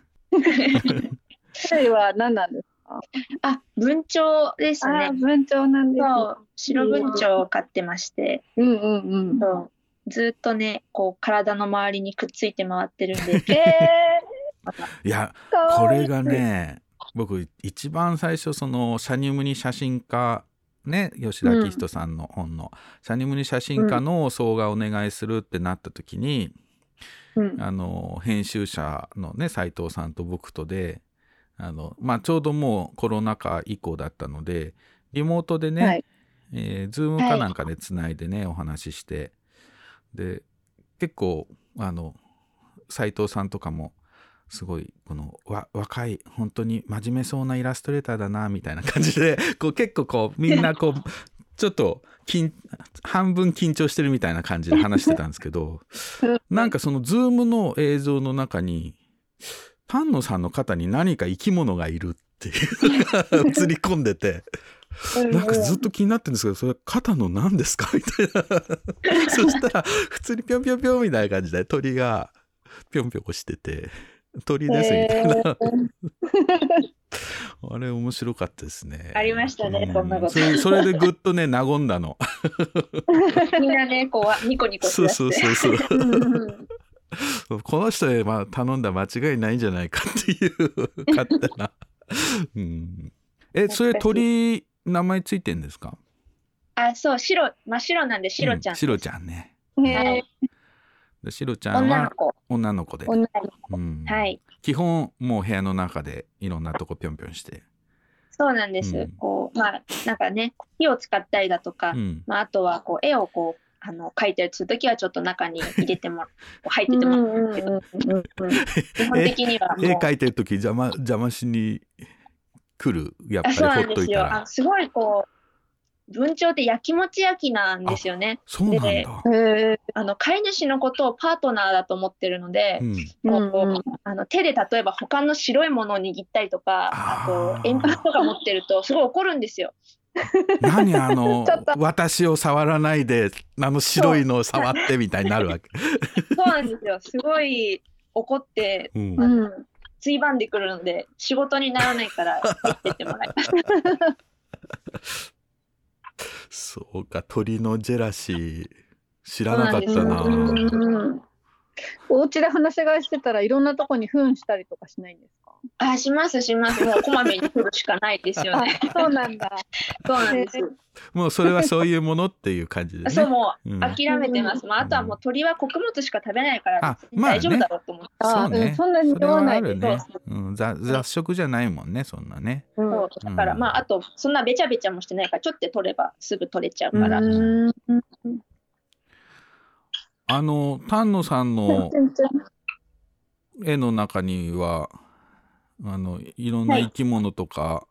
鳥は何なんですか？ あ、文鳥ですね。 文鳥なんです。そう、 白文鳥を飼ってまして、 うんうんうん、 そうずっとね、こう体の周りにくっついて回ってるんで、えー、いやこれがね、僕一番最初そのシャニムニ写真家ね、吉田明人さんの本の、うん、シャニムニ写真家の総画お願いするってなった時に、うん、あの編集者のね斉藤さんと僕とであの、まあ、ちょうどもうコロナ禍以降だったのでリモートでね、はい、えー、ズームかなんかでつないでね、はい、お話しして、で結構あの斉藤さんとかもすごいこのわ若い本当に真面目そうなイラストレーターだなみたいな感じでこう結構こうみんなこうちょっと半分緊張してるみたいな感じで話してたんですけどなんかそのズームの映像の中に丹野さんの肩に何か生き物がいるっていう映り込んでてなんかずっと気になってるんですけど、それ肩の何ですかみたいなそしたら普通にぴょんぴょんぴょんみたいな感じで鳥がぴょんぴょんしてて鳥ですみたいな、えー、あれ面白かったですね。 ありましたね、うん、そんなことそれ、それでぐっとね和んだのみんなねこうニコニコしてそうそうそうそうこの人へまあ頼んだ間違いないんじゃないかっていう勝手な、うん、えそれ鳥名前ついてんですか？ あ、そう白真っ白なんで白ちゃん、うん、 白ちゃんね。 へで白ちゃんは女の子、女の子で、 女の子、うん、はい。 基本もう部屋の中でいろんなとこぴょんぴょんして。 そうなんです、うん、こうまあなんかね火を使ったりだとか、うん、まあ、あとはこう絵をこうあの描いたりするときはちょっと中に入れても入っててもらうんですけど基本的にはもう絵描いてるとき邪魔邪魔しに来るやっぱりほっといたら。 あ、すごいこう文鳥ってやきもち焼きなんですよね。 そうなんだ。 であの飼い主のことをパートナーだと思ってるので、うん、こうあの手で例えば他の白いものを握ったりとか あ, あと鉛筆とか持ってるとすごい怒るんですよ。 何あの私を触らないであの白いのを触ってみたいになるわけ。 そうなんですよ。すごい怒って、うん、あのついばんでくるので仕事にならないから入ってってもらいます。 そうか、鳥のジェラシー知らなかったな。 お家で話し飼いしてたらいろんなとこに糞したりとかしないんですか？ あ、しますします。もうこまめに来るしかないですよね。 そうなんだ。 そうなんです。 もうそれはそういうものっていう感じで、ね、 そうもう、うん、諦めてます。まあ、あとはもう鳥は穀物しか食べないから大丈夫だろうと思って。 まあね、そうね、 そんなに酔わないで、 ね、うん、雑, 雑食じゃないもんね、そんなね。 そうだから、うん、まああとそんなべちゃべちゃもしてないからちょっと取ればすぐ取れちゃうから。うんあの丹野さんの絵の中にはあのいろんな生き物とか、はい、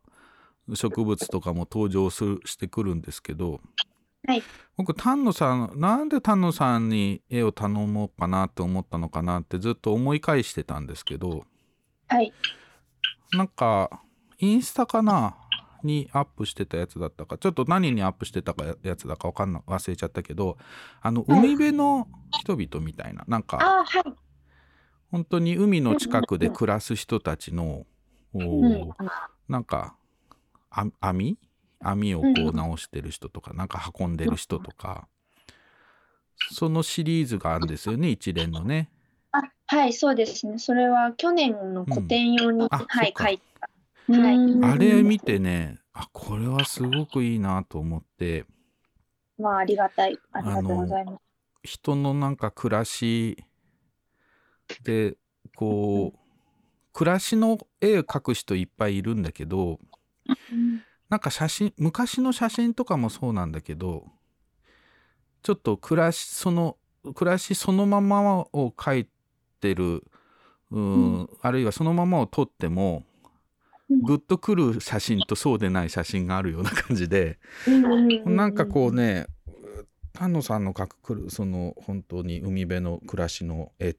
植物とかも登場するしてくるんですけど、 はい、 僕丹野さんなんで丹野さんに絵を頼もうかなって思ったのかなってずっと思い返してたんですけど、 はい、 なんかインスタかなにアップしてたやつだったか、ちょっと何にアップしてたかやつだかわかんな忘れちゃったけど、あの海辺の人々みたいな、なんか、 あ、はい、 本当に海の近くで暮らす人たちの、うん、なんかあ網網をこう直してる人とか、なんか運んでる人とか、そのシリーズがあるんですよね、一連のね。 あ、はい、そうですね。それは去年の個展用に、うん、はい、書いた。 はい、あれ見てね、あ、これはすごくいいなと思って。 まあ、ありがたい。ありがとうございます。 人のなんか暮らしで、こう、暮らしの絵を描く人いっぱいいるんだけど、なんか写真、昔の写真とかもそうなんだけど、ちょっと暮らし、その、暮らしそのままを描いてる、うん、うん、あるいはそのままを撮っても、グッとくる写真とそうでない写真があるような感じで、なんかこうね、丹野さんの描くその本当に海辺の暮らしの絵って、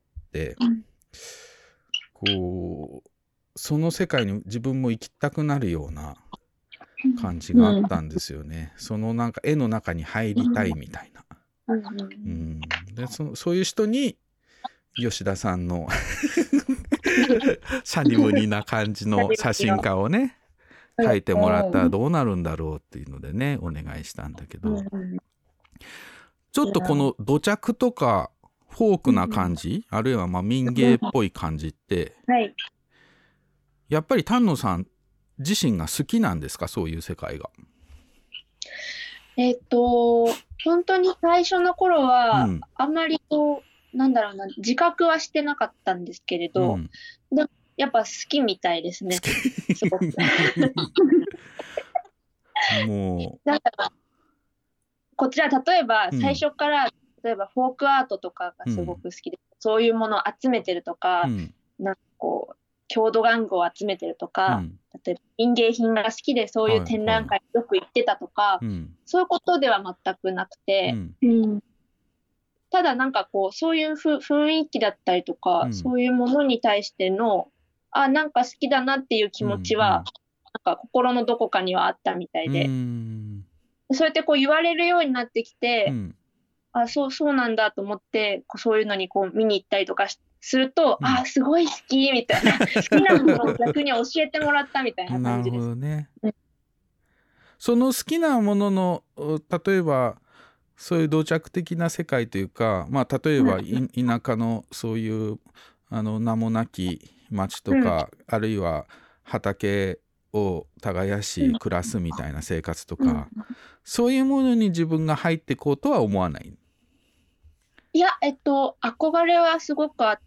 こうその世界に自分も行きたくなるような感じがあったんですよね。そのなんか絵の中に入りたいみたいな。うん、で そ, そういう人に吉田さんのシャニムニな感じの写真家をね描いてもらったらどうなるんだろうっていうのでねお願いしたんだけど、ちょっとこの土着とかフォークな感じ、あるいはまあ民芸っぽい感じって、やっぱり丹野さん自身が好きなんですか、そういう世界が。 えっと本当に最初の頃は、うん、あんまりこうなんだろうな自覚はしてなかったんですけれど、うん、でもやっぱ好きみたいですね。すごくもうだからこちら例えば最初から、うん、例えばフォークアートとかがすごく好きで、うん、そういうものを集めてるとか、うん、なんかこう郷土玩具を集めてるとか、うん、例えば民芸品が好きでそういう展覧会よく行ってたとか、はいはい、そういうことでは全くなくて、うん、ただなんかこうそういうふ雰囲気だったりとか、うん、そういうものに対してのあなんか好きだなっていう気持ちは、うんうん、なんか心のどこかにはあったみたいで、うん、そうやってこう言われるようになってきて、うん、あそうそうなんだと思ってそういうのにこう見に行ったりとかすると、うん、あすごい好きみたいな好きなものを逆に教えてもらったみたいな感じです。 なるほどね、うん、その好きなものの例えばそういう同着的な世界というか、まあ、例えば、うん、田舎のそういうあの名もなき町とか、うん、あるいは畑を耕し暮らすみたいな生活とか、うん、そういうものに自分が入っていこうとは思わない？ いや、えっと、憧れはすごくあって、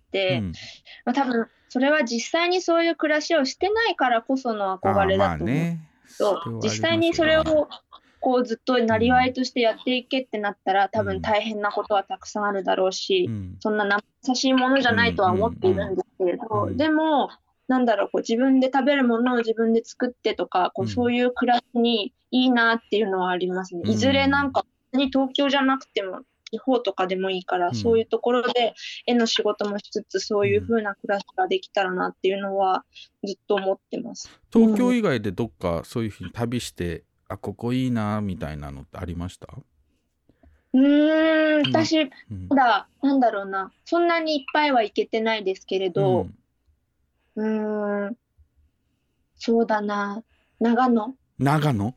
うんまあ、多分それは実際にそういう暮らしをしてないからこその憧れだと思う。ね、実際にそれをこうずっとなりわいとしてやっていけってなったら、うん、多分大変なことはたくさんあるだろうし、うん、そんなな優しいものじゃないとは思っているんですけれど、うんうんうん、でもなんだろうこう自分で食べるものを自分で作ってとかこう、うん、そういう暮らしにいいなっていうのはありますね。いずれなんか東京じゃなくても地方とかでもいいから、うん、そういうところで絵の仕事もしつつそういう風な暮らしができたらなっていうのはずっと思ってます。 東京以外でどっかそういうふうに旅して、うん、あここいいなみたいなのってありました？ うーん私、うん、まだなんだろうなそんなにいっぱいは行けてないですけれど、うん、うーんそうだな長野長野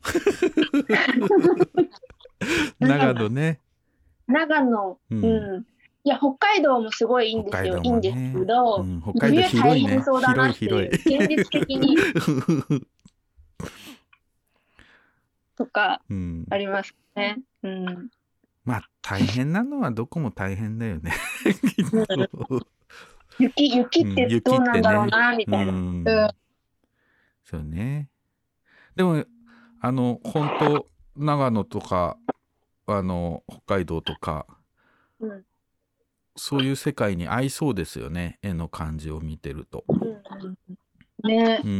長野ね長野、うん、うん、いや北海道もすごいいいんですよ、ね、いいんですけど、うん、 北海道広いね、 そうだなっていう現実的にとかありますね、うん、 まあ大変なのはどこも大変だよね雪雪ってどうなんだろうな、うん、みたいな、うんうん、 そうね。でもあの本当長野とかあの北海道とか、うん、そういう世界に合いそうですよね、絵の感じを見てると、 うん、ね、うん、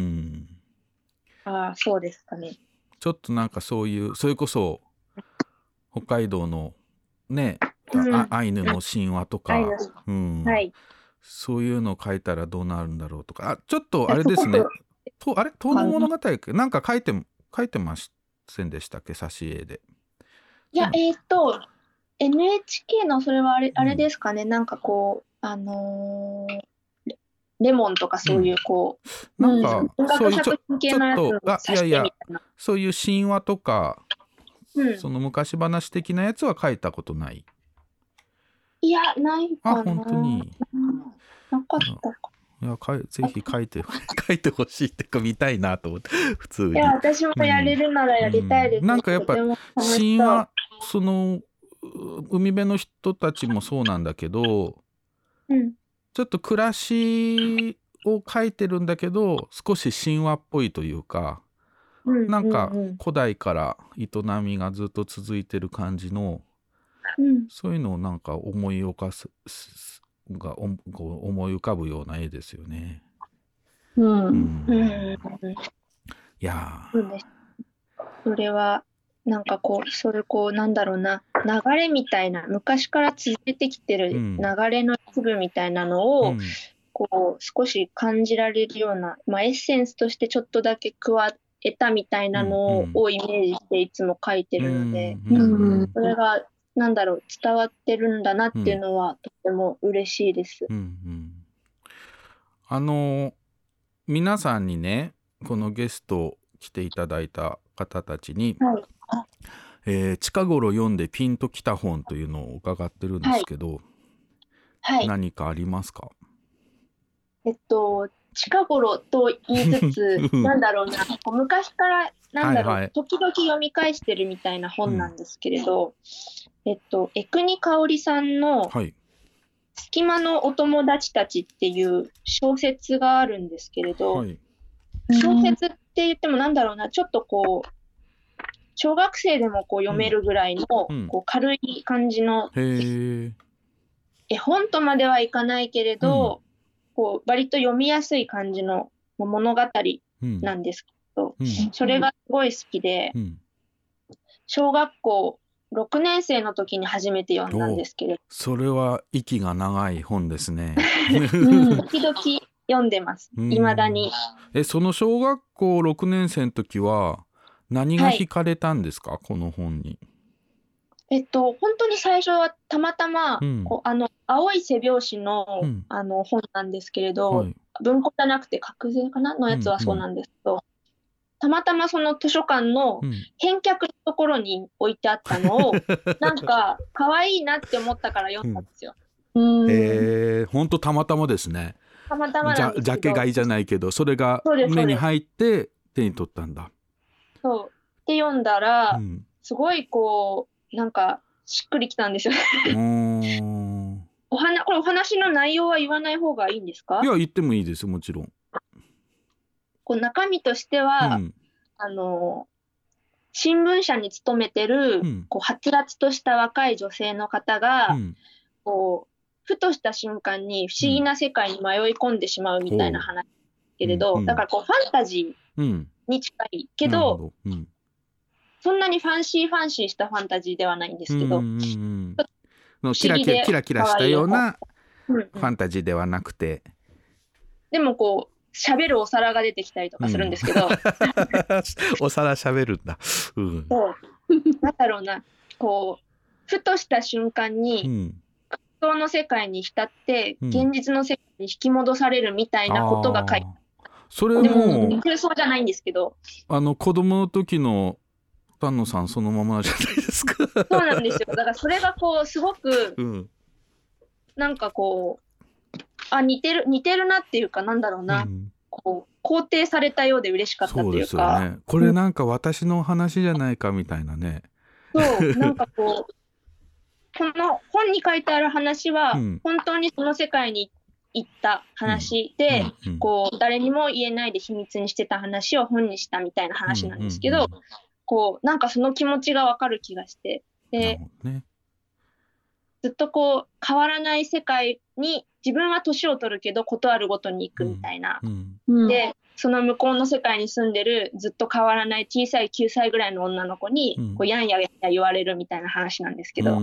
ああそうですかね。 ちょっとなんかそういうそれこそ北海道のね、うん、アイヌの神話とか、うんはい、そういうのを書いたらどうなるんだろうとか、あちょっとあれですねとあれ遠野物語なんか書いて書いてませんでしたっけ、挿絵で。 いや、えっと エヌエイチケー のそれはあれ、あれですかね、うん、なんかこうあのーレモンとかそういうこう、うん、なんか、うん、そういうちょ、ちょっと、あ、いやいや、そういう神話とか、うん、その昔話的なやつは書いたことない？ いや、ないかな。 あ、本当に。 なかったか。 いや、かいぜひ書いて書いてほしいってか見たいなと思って普通に。いや、私もやれるならやりたいです、 うんうん、なんかやっぱ神話、その海辺の人たちもそうなんだけど、うん、ちょっと暮らしを書いてるんだけど少し神話っぽいというか、うん、なんか古代から営みがずっと続いてる感じの、うん、そういうのをなんか思い起こすが思い浮かぶような絵ですよね。うん。うん、いやー、 それはなんかこうそれこうなんだろうな、流れみたいな、昔から続いてきてる流れの一部みたいなのを、うん、こう少し感じられるような、まあ、エッセンスとしてちょっとだけ加えたみたいなのをイメージしていつも描いてるので、うんうん、それがなんだろう伝わってるんだなっていうのは、うん、とても嬉しいです。うんうん、 あの皆さんにね、このゲスト来ていただいた方たちに、はい、えー、近頃読んでピンときた本というのを伺ってるんですけど、はいはい、何かありますか？ えっと近頃と言いつつなんだろうな、昔からなんだろう、はいはい、時々読み返してるみたいな本なんですけれど、うん、えっと江国香織さんの、はい、隙間のお友達たちっていう小説があるんですけれど、はい、小説って言ってもなんだろうな、ちょっとこう小学生でもこう読めるぐらいの、うん、こう軽い感じの、うん、絵本とまではいかないけれど、うん、こう割と読みやすい感じの物語なんですけど、うん、それがすごい好きで、うん、小学校ろくねん生の時に初めて読んだんですけれど、 それは息が長い本ですね。 うん、時々読んでます、いまだに。 え、その小学校ろくねん生の時は何が惹かれたんですか、はい、この本に。 えっと本当に最初はたまたま、うん、こうあの青い背表紙 の,、うん、あの本なんですけれど、はい、文庫じゃなくて格税かなのやつはそうなんですけど、うんうん、たまたまその図書館の返却のところに置いてあったのを、うん、なんか可愛いなって思ったから読んだんですよ。 うん、へー、本当たまたまですね。 たまたまなんですけど、 ジャケ買いじゃないけどそれが目に入って手に取ったんだ。 そうで読んだら、うん、すごいこうなんかしっくりきたんですよね。お話、これお話の内容は言わない方がいいんですか？ いや言ってもいいですもちろん。 こう中身としては、うん、あの新聞社に勤めてる、うん、こうはつらつとした若い女性の方が、うん、こうふとした瞬間に不思議な世界に迷い込んでしまうみたいな話ですけれど、うん、だからこうファンタジーに近いけど、うん、そんなにファンシーファンシーしたファンタジーではないんですけど、うんうんうん、キラキラキラキラしたようなファンタジーではなくて、 でもこう喋るお皿が出てきたりとかするんですけど、うん、 お皿喋るんだ、うん、 そうなんだろうな、こうふとした瞬間に空想の世界に浸って現実の世界に引き戻されるみたいなことが書いて、うん、 それも空想じゃないんですけど、 あの子供の時の丹野さんそのままじゃないですか。 そうなんですよ。だからそれがこうすごく、うん、なんかこうあ似てる似てるなっていうか、なんだろうな、うん、こう肯定されたようで嬉しかったというか。そうですよね。 これなんか私の話じゃないかみたいなね。 そうなんかこうこの本に書いてある話は、うん、本当にその世界に行った話で、うんうんうん、こう誰にも言えないで秘密にしてた話を本にしたみたいな話なんですけど、うんうんうん、こうなんかその気持ちがわかる気がして、で、ね、ずっとこう変わらない世界に自分は年を取るけどことあるごとに行くみたいな、うんうん、でその向こうの世界に住んでるずっと変わらない小さいきゅうさいぐらいの女の子に、うん、こうやんやや言われるみたいな話なんですけど、うん、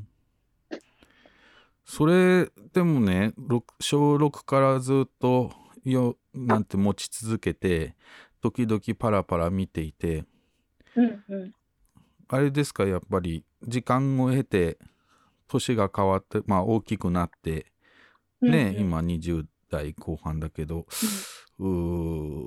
それでもね小ろくからずっとよなんて持ち続けて時々パラパラ見ていて、 うんうん、 あれですか、やっぱり時間を経て年が変わって、まあ、大きくなってね、うんうん、今にじゅう代後半だけど、うん、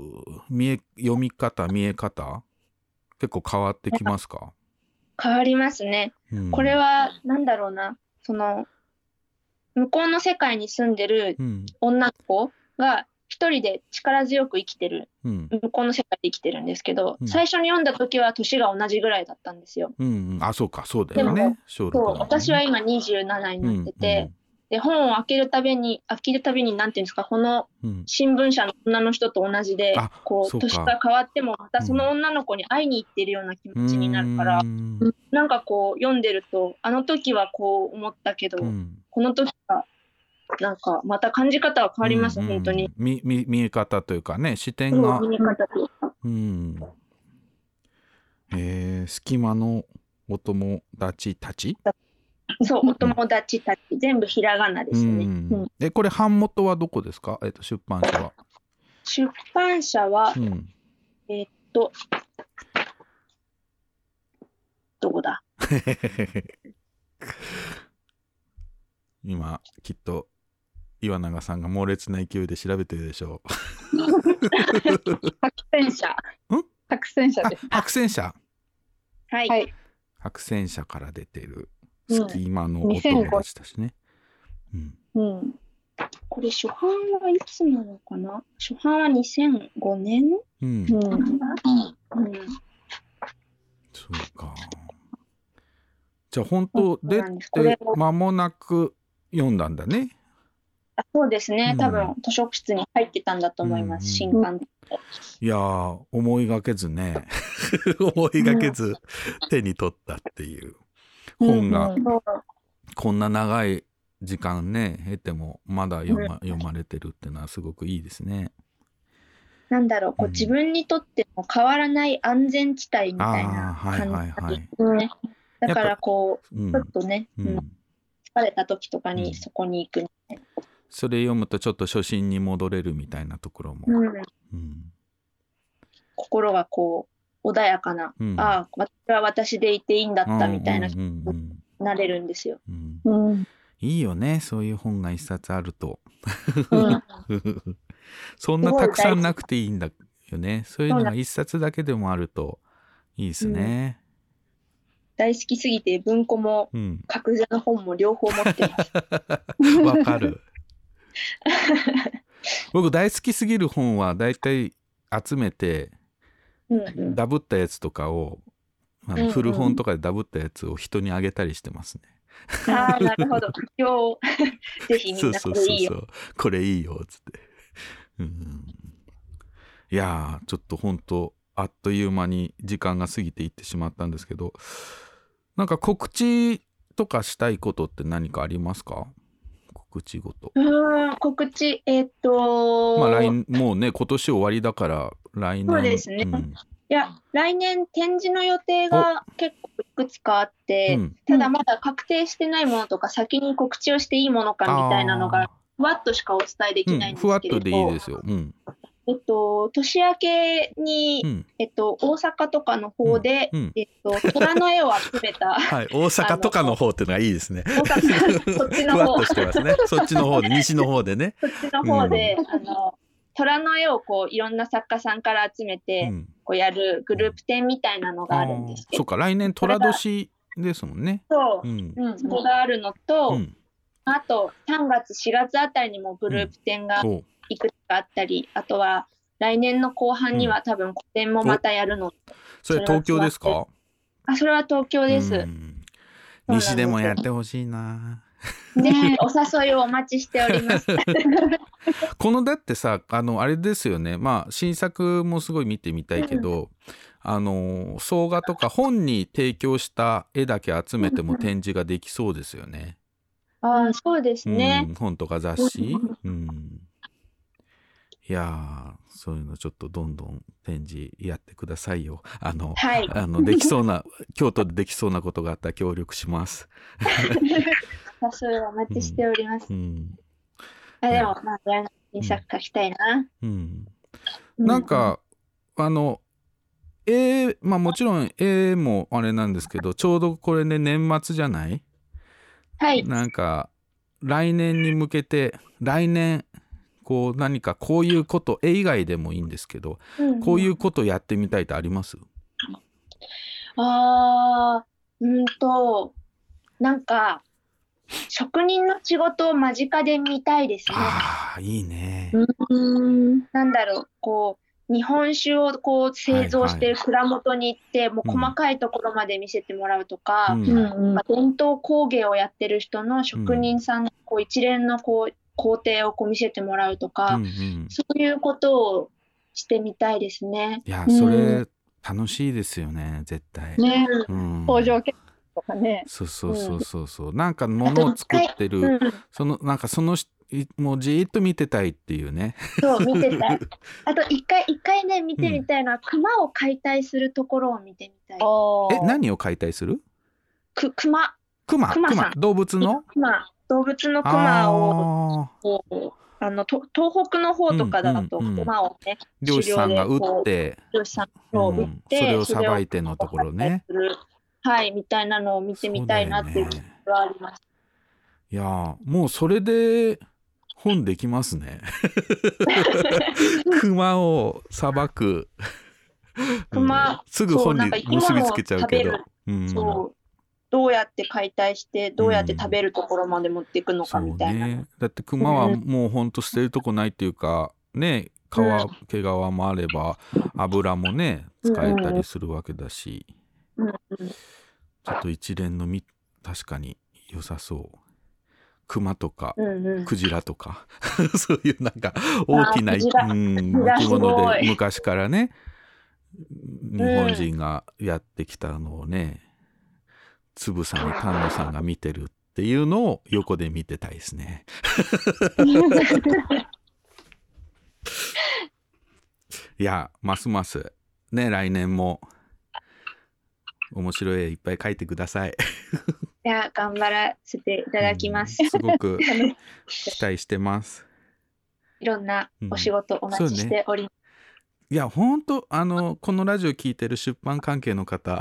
う見え読み方見え方結構変わってきますか？ 変わりますね、うん、これはなんだろうな、その向こうの世界に住んでる女の子が一人で力強く生きてる、うん、向こうの世界で生きてるんですけど、うん、最初に読んだ時は年が同じぐらいだったんですよ、 うんうん、あ、そうか、そうだよね。 そう、私は今にじゅうななになってて、うんうん、で本を開けるたびに開けるたびになんていうんですか、この新聞社の女の人と同じで、うん、こう年が変わってもまたその女の子に会いに行ってるような気持ちになるから、うん、なんかこう読んでると、あの時はこう思ったけど、うん、この時はなんかまた感じ方は変わります、うんうん、本当に見, 見, 見え方というかね、視点が、 見え方というか、 うん、えー、隙間のお友達たち、 そう、お友達たち、うん、全部ひらがなですね、うんうん、えこれ版元はどこですか？えっと出版社は出版社は、うん、えー、っとどこだ今きっと岩永さんが猛烈な勢いで調べてるでしょう。 白泉社。白泉社です。 白泉社。 はい。 白泉社から出てる隙間のお友達たちね。 うん。うん。これ初版はいつなのかな？初版はにせんごねん？うん。うん。うん、 そうか。じゃあ本当出て間もなく読んだんだね。 あ、そうですね、うん、多分図書室に入ってたんだと思います、うん、新刊で。 いやー、思いがけずね思いがけず手に取ったっていう本が、うん、こんな長い時間ね経てもまだ読 ま,、うん、読まれてるっていうのはすごくいいですね。 なんだろう、こう、うん、自分にとっても変わらない安全地帯みたいな感じですね、はいはいはい、だからこう、うん、ちょっとね、うん、疲れた時とかにそこに行く、うん、 それ読むとちょっと初心に戻れるみたいなところも、うんうん、 心がこう穏やかな、うん、ああ私は私でいていいんだったみたいな気持ちになれるんですよ、うんうん、いいよね、そういう本が一冊あると、うん、そんなたくさんなくていいんだよね。そういうのが一冊だけでもあるといいですね、 うん、大好きすぎて文庫も格座の本も両方持ってますわかる僕大好きすぎる本はだいたい集めて、うんうん、ダブったやつとかをあの、うんうん、古本とかでダブったやつを人にあげたりしてますね。 ああ、なるほど。今日ぜひみんなこれいいよ。そうそうそうそう、 これいいよっつって、うん、いやーちょっと本当あっという間に時間が過ぎていってしまったんですけど、なんか告知とかしたいことって何かありますか？告知ごと。 うん、告知、えー、っとまあ来もうね今年終わりだから来年。 そうですね、うん、いや来年展示の予定が結構いくつかあって、うん、ただまだ確定してないものとか先に告知をしていいものかみたいなのがふわっとしかお伝えできないんですけれど、うん、ふわっとでいいですよ、うん、 えっと、年明けに、うん、えっと、大阪とかの方で、うんうん、えっと、虎の絵を集めた、 はい、大阪とかの方っていうのがいいですね。 大阪そっちの方ふわっとしてますね。そっちの方で、西の方でね。 そっちの方で、うん、あの虎の絵をこういろんな作家さんから集めて、うん、こうやるグループ展みたいなのがあるんですけど、 そうか、来年虎年ですもんね。 そう、うんうん、それがあるのと、うん、あとさんがつしがつあたりにもグループ展が、うんいくつかあったり、あとは来年の後半には多分個展もまたやるの、うん、 それ東京ですか？ あ、それは東京です。 西でもやってほしいなね、お誘いをお待ちしておりますこのだってさ、あのあれですよね、まあ新作もすごい見てみたいけど、うん、あの総画とか本に提供した絵だけ集めても展示ができそうですよね。 あ、そうですね、 うん、本とか雑誌、うん、いやそういうのちょっとどんどん展示やってくださいよ。あの、はい、あのできそうな京都でできそうなことがあったら協力しますそれはお待ちしております、うんうん、あでもまあ新作書きたいな、 うんうん、なんかあの絵、まあもちろん絵もあれなんですけど、ちょうどこれね年末じゃない？ はい。 なんか来年に向けて、来年こう何かこういうこと、絵以外でもいいんですけど、うんうん、こういうことやってみたいってあります？ あー、うんとなんか職人の仕事を間近で見たいですね。 ああ、いいね。 うん、なんだろう、こう日本酒をこう製造している蔵元に行って、はいはい、もう細かいところまで見せてもらうとか、うん、まあ、伝統工芸をやってる人の職人さんのこう一連のこう工程をこう見せてもらうとか、うんうん、そういうことをしてみたいですね。 いや、それ楽しいですよね、絶対。 ね、工場見学とかね。 そうそうそうそうそう、うん、なんか物を作ってる、うん、そのなんかそのもうじーっと見てたいっていうね。 そう見てたい。あと一回一回ね見てみたいのは、うん、熊を解体するところを見てみたい。 え、何を解体する？ く熊。 熊熊さん。動物の？ 熊動物の熊をあのと東北の方とかだと熊をね、 うんうんうん、漁師さんが撃って漁師さんを撃って、 うん、それをさばいてのところね。 はいみたいなのを見てみたいなっていう気があります。 いやもうそれで本できますね。熊をさばく、 熊、うん、 すぐ本に結びつけちゃうけど、 うん、そうどうやって解体してどうやって食べるところまで持っていくのかみたいな、うんね、だって熊はもうほんと捨てるとこないっていうかね、皮、毛皮もあれば油もね使えたりするわけだし、うんうん、ちょっと一連のみ確かに良さそう。熊とか、うんうん、クジラとかそういうなんか大きな、うん、生き物で昔からね日本人がやってきたのをね、つぶさに丹野さんが見てるっていうのを横で見てたいですね。いやますますね、来年も面白い絵いっぱい描いてください。 いや頑張らせていただきます。 うん、すごく期待してます。 いろんなお仕事お待ちしております。 うん、いや本当あのこのラジオ聞いてる出版関係の方、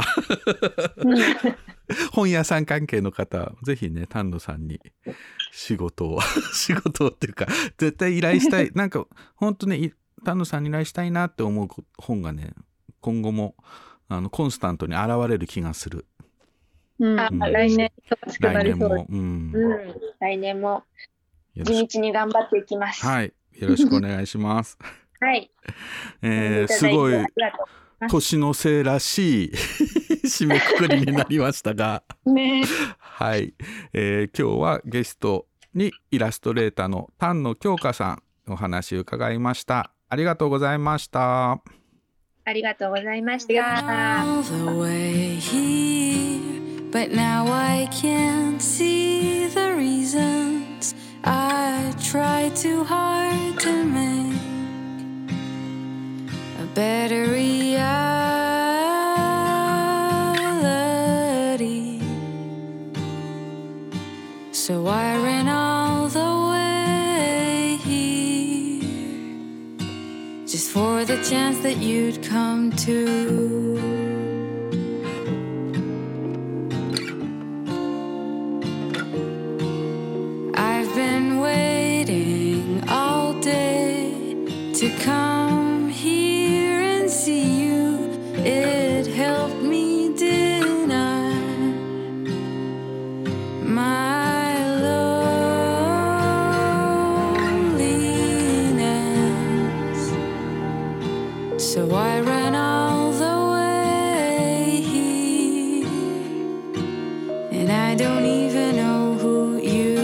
本屋さん関係の方、ぜひね丹野さんに仕事を仕事をっていうか絶対依頼したい。なんか本当ね丹野さんに依頼したいなって思う本がね今後もあのコンスタントに現れる気がする。 うん、あ、来年忙しくなりそうです。来年も、うんうん、来年も地道に頑張っていきます。 はい、よろしくお願いします。 はい、 えー、すごい年の瀬らしい締めくくりになりましたが、 ね、 はい、えー、今日はゲストにイラストレーターの丹野京香さんお話を伺いました。ありがとうございました。 ありがとうございました。 But now I can't see the reasons I try too hard to make a better reality. So I ran all the way here just for the chance that you'd come to. To come here and see you, it helped me deny my loneliness. So I ran all the way here, and I don't even know who you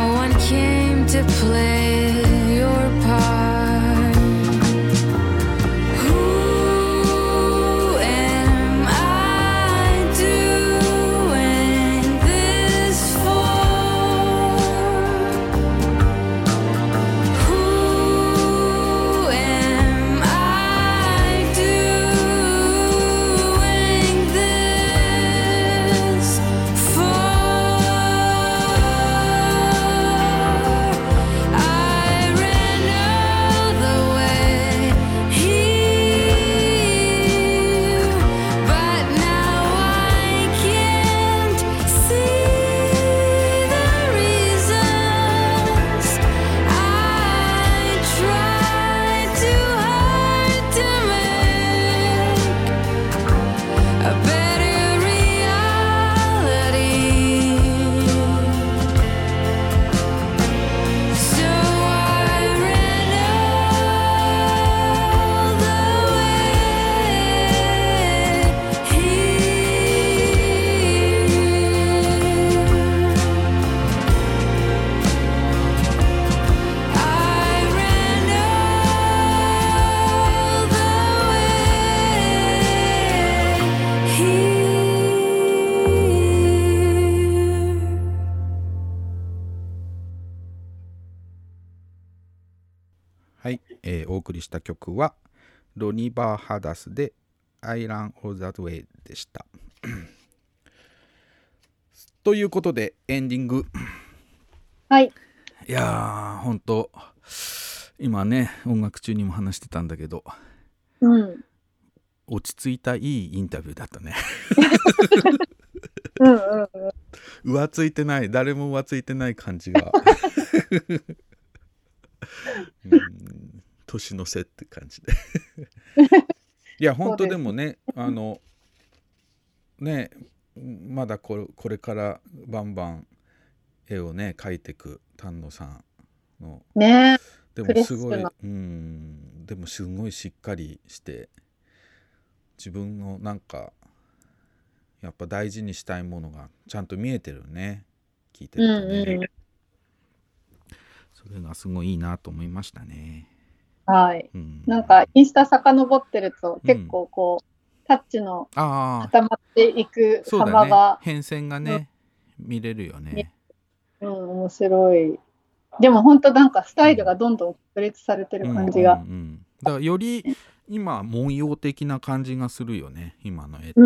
No one came to play your part. Who am I doing this for? Who am I doing this for? I ran all the way here, but now I can't see the reasons. I tried too hard to make a better reality. So I ran all the way here. I ran all the way here. はい、えーお送りした曲はロニバー・ハダスで I Ran All That Way でしたということでエンディング。 はい。 いやーほんと今ね音楽中にも話してたんだけど、 うん。 落ち着いたいいインタビューだったねうんうんうん。 浮ついてない、誰も浮ついてない感じがうん年の瀬って感じでいや本当でもねあのねまだこれ、これからバンバン絵をね描いていく丹野さんのねでもすごいうんでもすごいしっかりして自分のなんかやっぱ大事にしたいものがちゃんと見えてるね聞いてるとね、 うんうん、 それがすごいいいなと思いましたね。 はい、 うん、 なんかインスタ遡ってると結構こう、うん、タッチの固まっていく様が、 ね、変遷がね、うん、見れるよね。 うん、面白い。でも本当なんかスタイルがどんどん確立されてる感じが、 うんうんうん、だからより今文様的な感じがするよね今の絵って、 うん、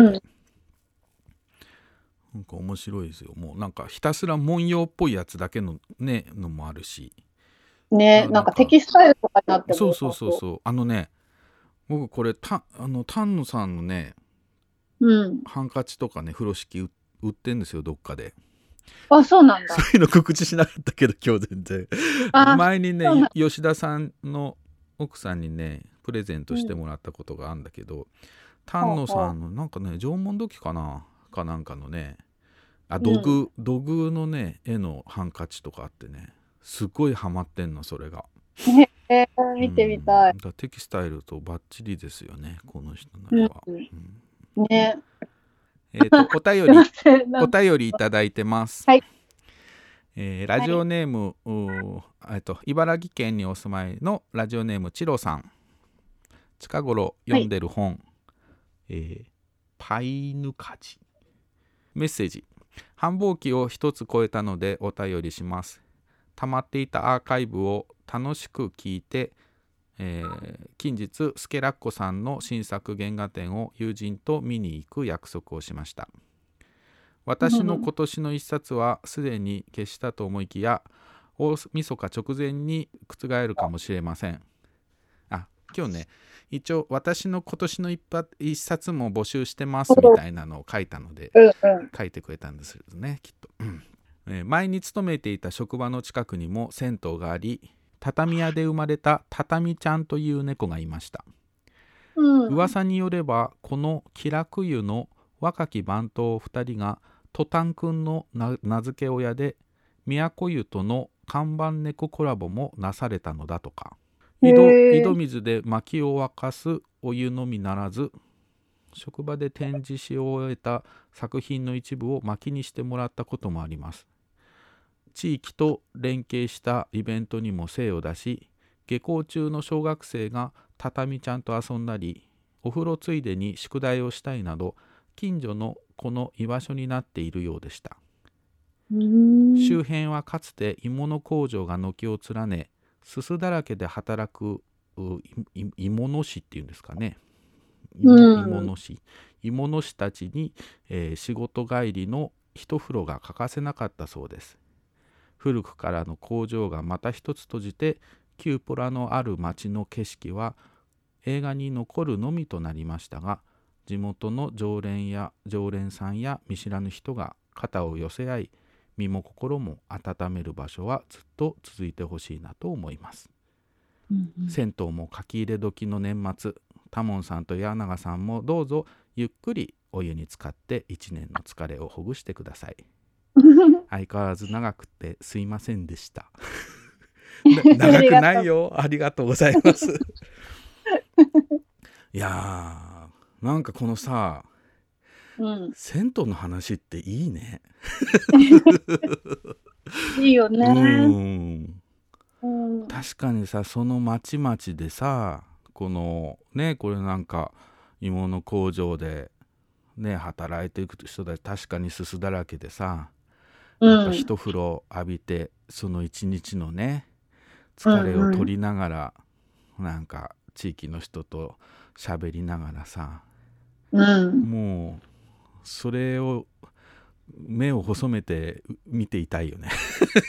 なんか面白いですよ。もうなんかひたすら文様っぽいやつだけのねのもあるしね、なんかテキスタイルとかになってもそうそうそうそうあのね僕これたあの丹野さんのね、 うん、 ハンカチとかね風呂敷売ってんですよどっかで。 あ、そうなんだ。 そういうの告知しなかったけど今日全然前にね吉田さんの奥さんにねプレゼントしてもらったことがあるんだけど、うん、丹野さんのなんかね縄文土器かなかなんかのねあ土偶、うん、土偶のね絵のハンカチとかあってねすごいハマってんのそれが。 えー、見てみたい。 うん、だテキスタイルとバッチリですよねこの人の絵は。 うんうん、ね。 えーとお便りお便りいただいてます。 はい。 えー、ラジオネーム、はい、と茨城県にお住まいのラジオネームチロさん。近頃読んでる本、はいえー、パイヌカジ。メッセージ。繁忙期を一つ超えたのでお便りします。溜まっていたアーカイブを楽しく聞いて、えー、近日スケラッコさんの新作原画展を友人と見に行く約束をしました。私の今年の一冊はすでに消したと思いきや大晦日直前に覆るかもしれません。あ、今日ね一応私の今年の一, 一冊も募集してますみたいなのを書いたので、うんうん、書いてくれたんですねきっと、えー、前に勤めていた職場の近くにも銭湯があり畳屋で生まれた畳ちゃんという猫がいました、うん、噂によればこの気楽湯の若き番頭ふたりがトタンくんの名付け親で都湯との看板猫コラボもなされたのだとか。井 戸, 井戸水で薪を沸かすお湯のみならず職場で展示し終えた作品の一部を薪にしてもらったこともあります。 地域と連携したイベントにも精を出し、下校中の小学生が畳ちゃんと遊んだり、お風呂ついでに宿題をしたいなど、近所の子の居場所になっているようでした。周辺はかつて鋳物工場が軒を連ね、すすだらけで働く鋳物師っていうんですかね、鋳物師鋳物師たちに、えー、仕事帰りの一風呂が欠かせなかったそうです。古くからの工場がまた一つ閉じて、キューポラのある町の景色は映画に残るのみとなりましたが、地元の常連や常連さんや見知らぬ人が肩を寄せ合い、身も心も温める場所はずっと続いてほしいなと思います。うんうん、銭湯も書き入れ時の年末、タモンさんと柳永さんもどうぞゆっくりお湯に浸かって一年の疲れをほぐしてください。相変わらず長くてすいませんでした。長くないよ。ありがとうございます。いやー、なんかこのさ、うん、銭湯の話っていいね。 いいよね。 うんうん、確かにさ、その町々でさ、このね、これなんか鋳物工場でね働いていく人たち、確かにすすだらけでさ、やっぱ一風呂浴びて、その一日のね疲れを取りながら、うんうん、なんか地域の人と喋りながらさ、うん、もうそれを目を細めて見ていたいよね。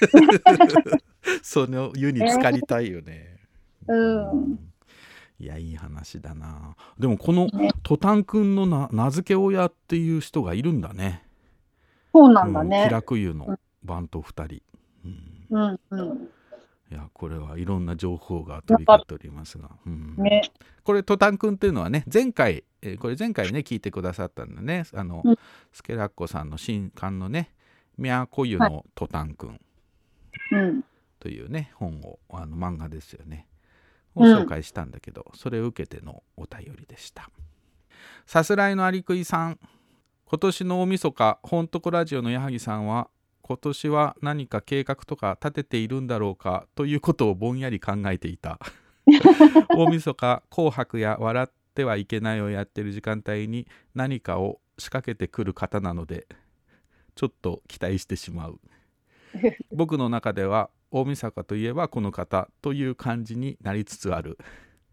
その湯に浸かりたいよね。えー、うん、いや、いい話だな。でもこのトタン君のな名付け親っていう人がいるんだね。 そうなんだね。 気楽湯の番頭ふたり、うんうんうん、いや、これはいろんな情報が飛び交っておりますが、うんね、これトタン君っていうのはね、前回、えー、これ前回ね聞いてくださったんだね、あの、うん、スケラッコさんの新刊のね、都湯のトタン君、はい、というね本を、あの漫画ですよねを紹介したんだけど、うん、それを受けてのお便りでした。さすらいのアリクイさん、今年の大晦日、ほんとこラジオの矢作さんは今年は何か計画とか立てているんだろうかということをぼんやり考えていた。大晦日、紅白や笑ってはいけないをやってる時間帯に何かを仕掛けてくる方なので、ちょっと期待してしまう。僕の中では大晦日といえばこの方という感じになりつつある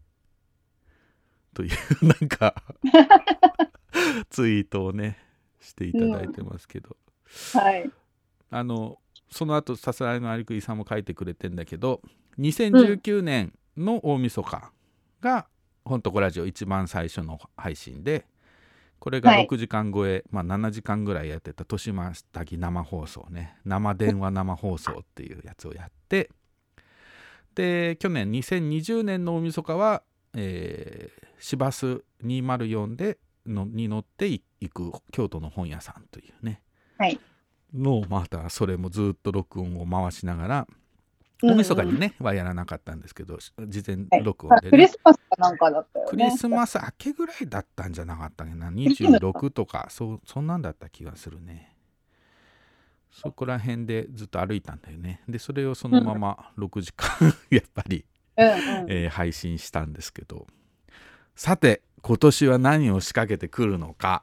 というなんかツイートをねしていただいてますけど、うん、はい、あのその後さすらいのアリクイさんも書いてくれてんだけど、にせんじゅうきゅうねんの大晦日がほんとこラジオ一番最初の配信で、これがろくじかん超え、はい、まあななじかんぐらいやってた豊島滝生放送ね、生電話生放送っていうやつをやって、で去年にせんにじゅうねんの大晦日は、えー、市バスにまるよんでのに乗っていく京都の本屋さんというね、はい、のまたそれもずっと録音を回しながら、大晦日にね、うんうん、はやらなかったんですけど、事前録音でね、はい、 クリスマスかなんかだったよね。 クリスマス明けぐらいだったんじゃなかったっけな、にじゅうろくとかそ, そんなんだった気がするね。そこら辺でずっと歩いたんだよね。でそれをそのままろくじかん、うん、やっぱり、うんうん、えー、配信したんですけど、さて今年は何を仕掛けてくるのか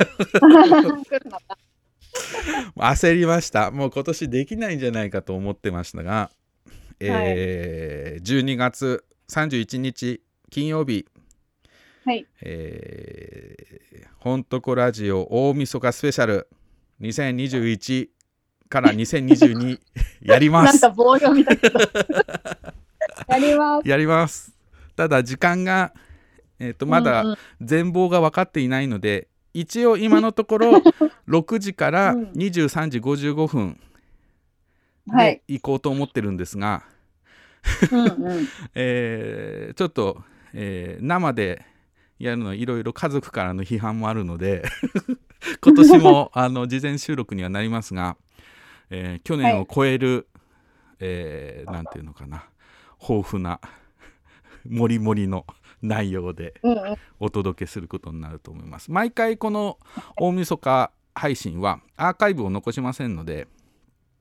焦りました。もう今年できないんじゃないかと思ってましたが、えーはい、じゅうにがつさんじゅういちにち金曜日、はい、えー、ほんとこラジオ大晦日スペシャルにせんにじゅういちからにせんにじゅうにやります。 なんか棒読みだけどやりますやります。ただ時間が、えーと、まだ全貌が分かっていないので、うんうん、一応今のところろくじからにじゅうさんじごじゅうごふんで行こうと思ってるんですが、うんうんえー、ちょっと、えー、生でやるのいろいろ家族からの批判もあるので今年もあの事前収録にはなりますが、えー、去年を超える、はいえー、なんていうのかな、豊富なもりもりの内容でお届けすることになると思います。毎回この大晦日配信はアーカイブを残しませんので、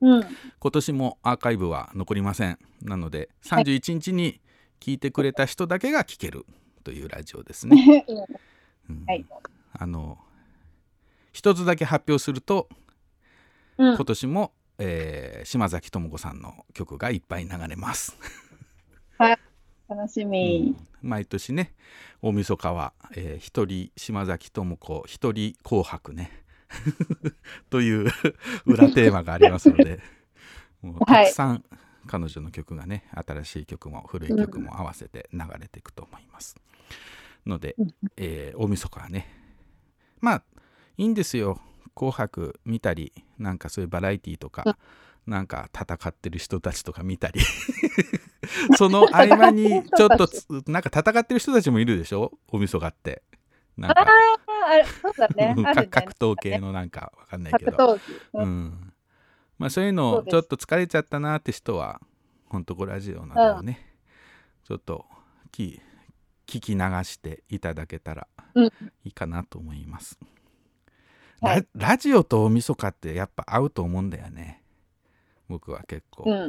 うん、 今年もアーカイブは残りません。なのでさんじゅういちにちに聞いてくれた人だけが聞けるというラジオですね。うん、はい、あの一つだけ発表すると、うん、今年も、えー、島崎智子さんの曲がいっぱい流れます。 はい、楽しみ、 うん、毎年ね大晦日は、えー、一人島崎智子一人紅白ねという裏テーマがありますのでもうたくさん彼女の曲がね、新しい曲も古い曲も合わせて流れていくと思いますので、えー、大晦日はねまあいいんですよ。紅白見たりなんかそういうバラエティとかなんか戦ってる人たちとか見たりその合間にちょっとなんか戦ってる人たちもいるでしょ大晦日って。なんかああそうだね格闘系のなんかわかんないけど、うんまあ、そういうのちょっと疲れちゃったなって人はほんとこラジオなどをね、うん、ちょっと聞き流していただけたらいいかなと思います、うんラ, ラジオと大晦日ってやっぱ合うと思うんだよね僕は結構、うんうん、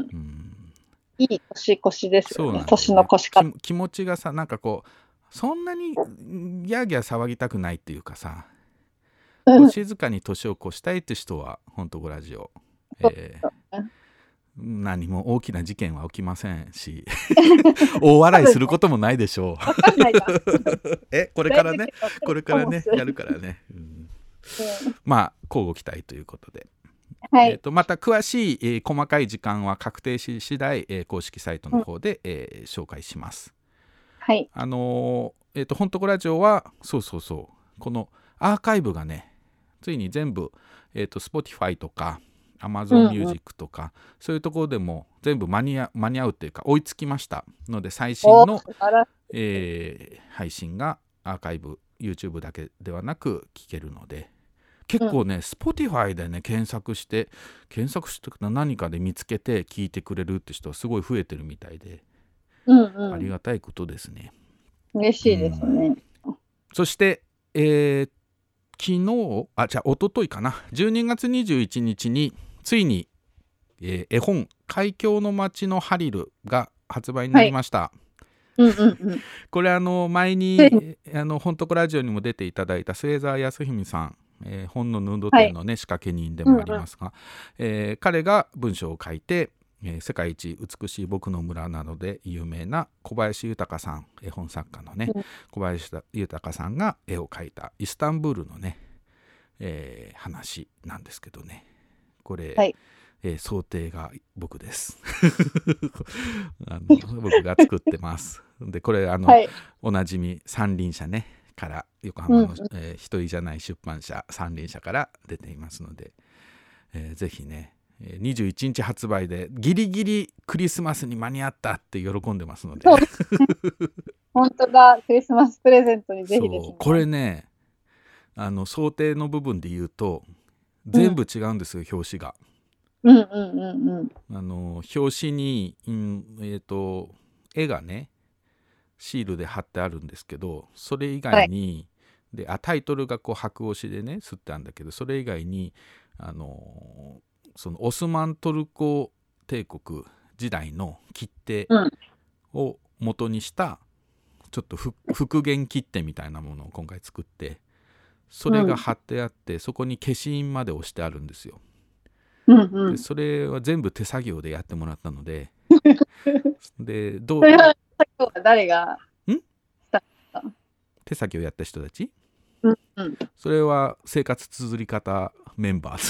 いい年越しですよね。年の越し方気, 気持ちがさなんかこうそんなにギャーギャー騒ぎたくないっていうかさ、うん、静かに年を越したいって人はほんとごラジオ、えー、何も大きな事件は起きませんし大笑いすることもないでしょうえこれからねこれからねやるからね、うんうん、まあ交互期待ということで、はいえー、とまた詳しい、えー、細かい時間は確定し次第、えー、公式サイトの方で、うんえー、紹介します。 はい、 あのー、えっ、ー、とほんとこラジオはそうそうそうこのアーカイブがねついに全部、えー、と Spotify とか Amazon Music とか、うんうん、そういうところでも全部間に合、間に合うっていうか追いつきましたので最新の、えー、配信がアーカイブ YouTube だけではなく聞けるので結構ね、うん、Spotify でね検索して検索して何かで見つけて聞いてくれるって人はすごい増えてるみたいでうんうん、ありがたいことですね。 嬉しいですね。 うん、そして、えー、昨日あじゃあ一昨日かなじゅうにがつにじゅういちにちについに、えー、絵本海峡の街のハリルが発売になりました。はいうんうんうん、これあの前にあのほんとこラジオにも出ていただいた末澤康文さん、えー、本のヌード店の、ねはい、仕掛け人でもありますが、うんうんえー、彼が文章を書いてえー、世界一美しい僕の村などで有名な小林豊さん絵本作家のね、うん、小林豊さんが絵を描いたイスタンブールのね、えー、話なんですけどねこれ、はいえー、想定が僕ですあの僕が作ってますでこれあの、はい、おなじみ三輪車ねから横浜の、うんえー、一人じゃない出版社三輪車から出ていますので、えー、ぜひねにじゅういちにち発売でギリギリクリスマスに間に合ったって喜んでますので本当だクリスマスプレゼントにぜひです、ね、 そうこれねあの想定の部分で言うと全部違うんですよ、うん、表紙が、 うんうんうんうん、 あの表紙に、うんえーと、絵がねシールで貼ってあるんですけどそれ以外に、はい、であタイトルがこう白押しでね刷ってあるんだけどそれ以外にあのそのオスマントルコ帝国時代の切手を元にしたちょっと復元切手みたいなものを今回作ってそれが貼ってあって、うん、そこに消印まで押してあるんですよ、うんうん、でそれは全部手作業でやってもらったのででどうそれは誰がん手作業やった人たち、 うんうん、 それは生活綴り方メンバーズ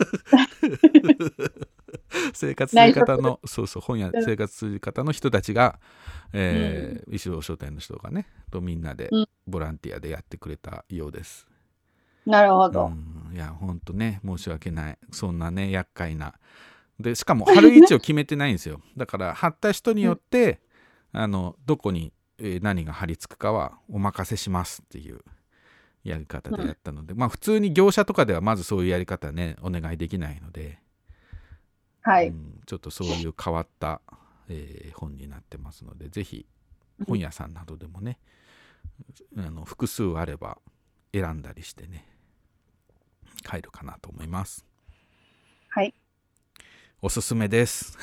生活綴り方のそうそう本屋生活綴り方の人たちが、えー、石堂書店の人がねとみんなでボランティアでやってくれたようです、 うん、なるほど、 うん、いやほんとね申し訳ないそんなね厄介なでしかも貼る位置を決めてないんですよだから貼った人によって、うん、あのどこに、えー、何が貼り付くかはお任せしますっていうやり方でやったので、うん、まあ普通に業者とかではまずそういうやり方ねお願いできないので、 はいうん、ちょっとそういう変わった、えー、本になってますのでぜひ本屋さんなどでもね、うん、あの複数あれば選んだりしてね買えるかなと思います。 はいおすすめです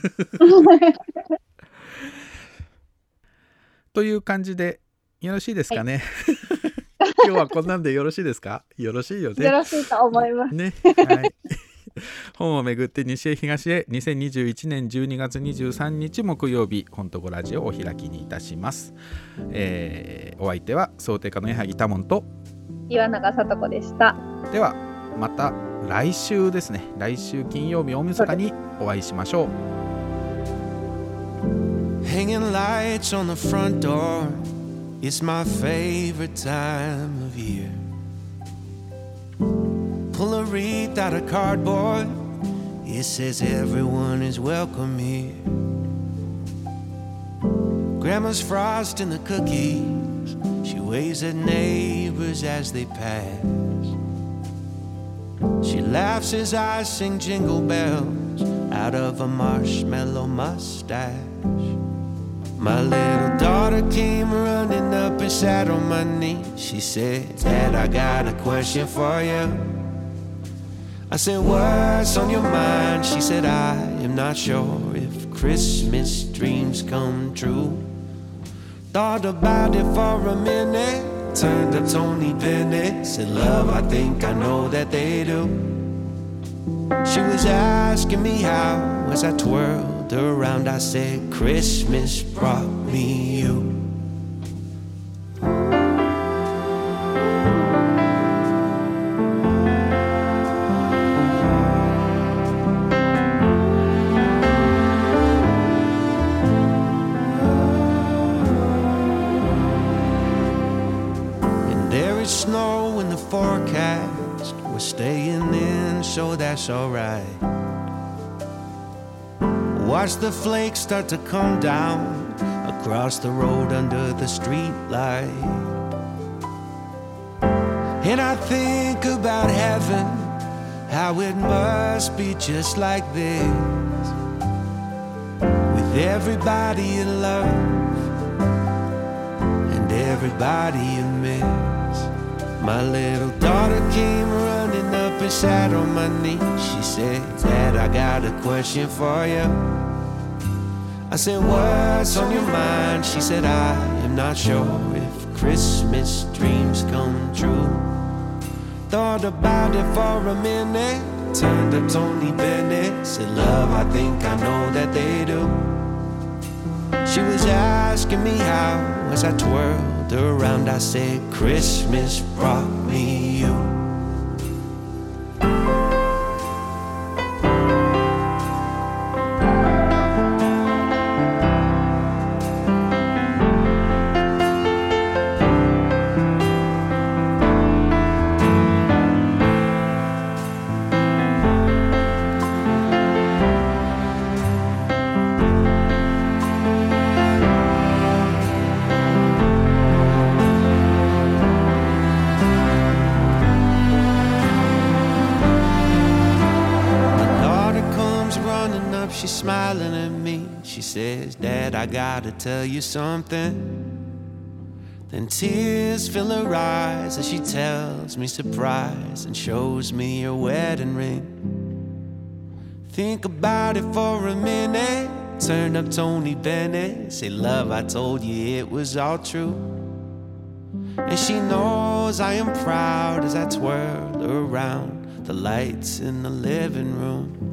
という感じでよろしいですかね、はい、今日はこんなんでよろしいですか？よろしいよね。 よろしいと思いますね、はい、本をめぐって西へ東へにせんにじゅういちねんじゅうにがつにじゅうさんにち木曜日、本とこラジオをお開きにいたします、えー、お相手は想定家の矢作多門と岩永聡子でした。 ではまた来週ですね。来週金曜日大晦日にお会いしましょう。 Hanging lights on the front door, it's my favorite time of year. Pull a wreath out of cardboard, it says everyone is welcome here. Grandma's frosting the cookies, she waves at neighbors as they pass. She laughs as I sing jingle bells out of a marshmallow mustache. My little daughter came running up and sat on my knee. She said, Dad, I got a question for you. I said, what's on your mind? She said, I am not sure if Christmas dreams come true. Thought about it for a minute, turned to Tony Bennett, said, love, I think I know that they do. She was asking me how, as I twirled around, I said, Christmas brought me you. And there is snow in the forecast, we're staying in, so that's alright. Watch the flakes start to come down across the road under the street light. And I think about heaven, how it must be just like this, with everybody in love and everybody you miss. My little daughter came running up and sat on my knee. She said, Dad, I got a question for you. I said, what's on your mind? She said, I am not sure if Christmas dreams come true. Thought about it for a minute, turned to Tony Bennett, said, love, I think I know that they do. She was asking me how, as I twirled around, I said, Christmas brought me you. She's smiling at me. She says, Dad, I gotta tell you something. Then tears fill her eyes as she tells me surprise and shows me your wedding ring. Think about it for a minute, turn up Tony Bennett, say, love, I told you it was all true. And she knows I am proud as I twirl around the lights in the living room.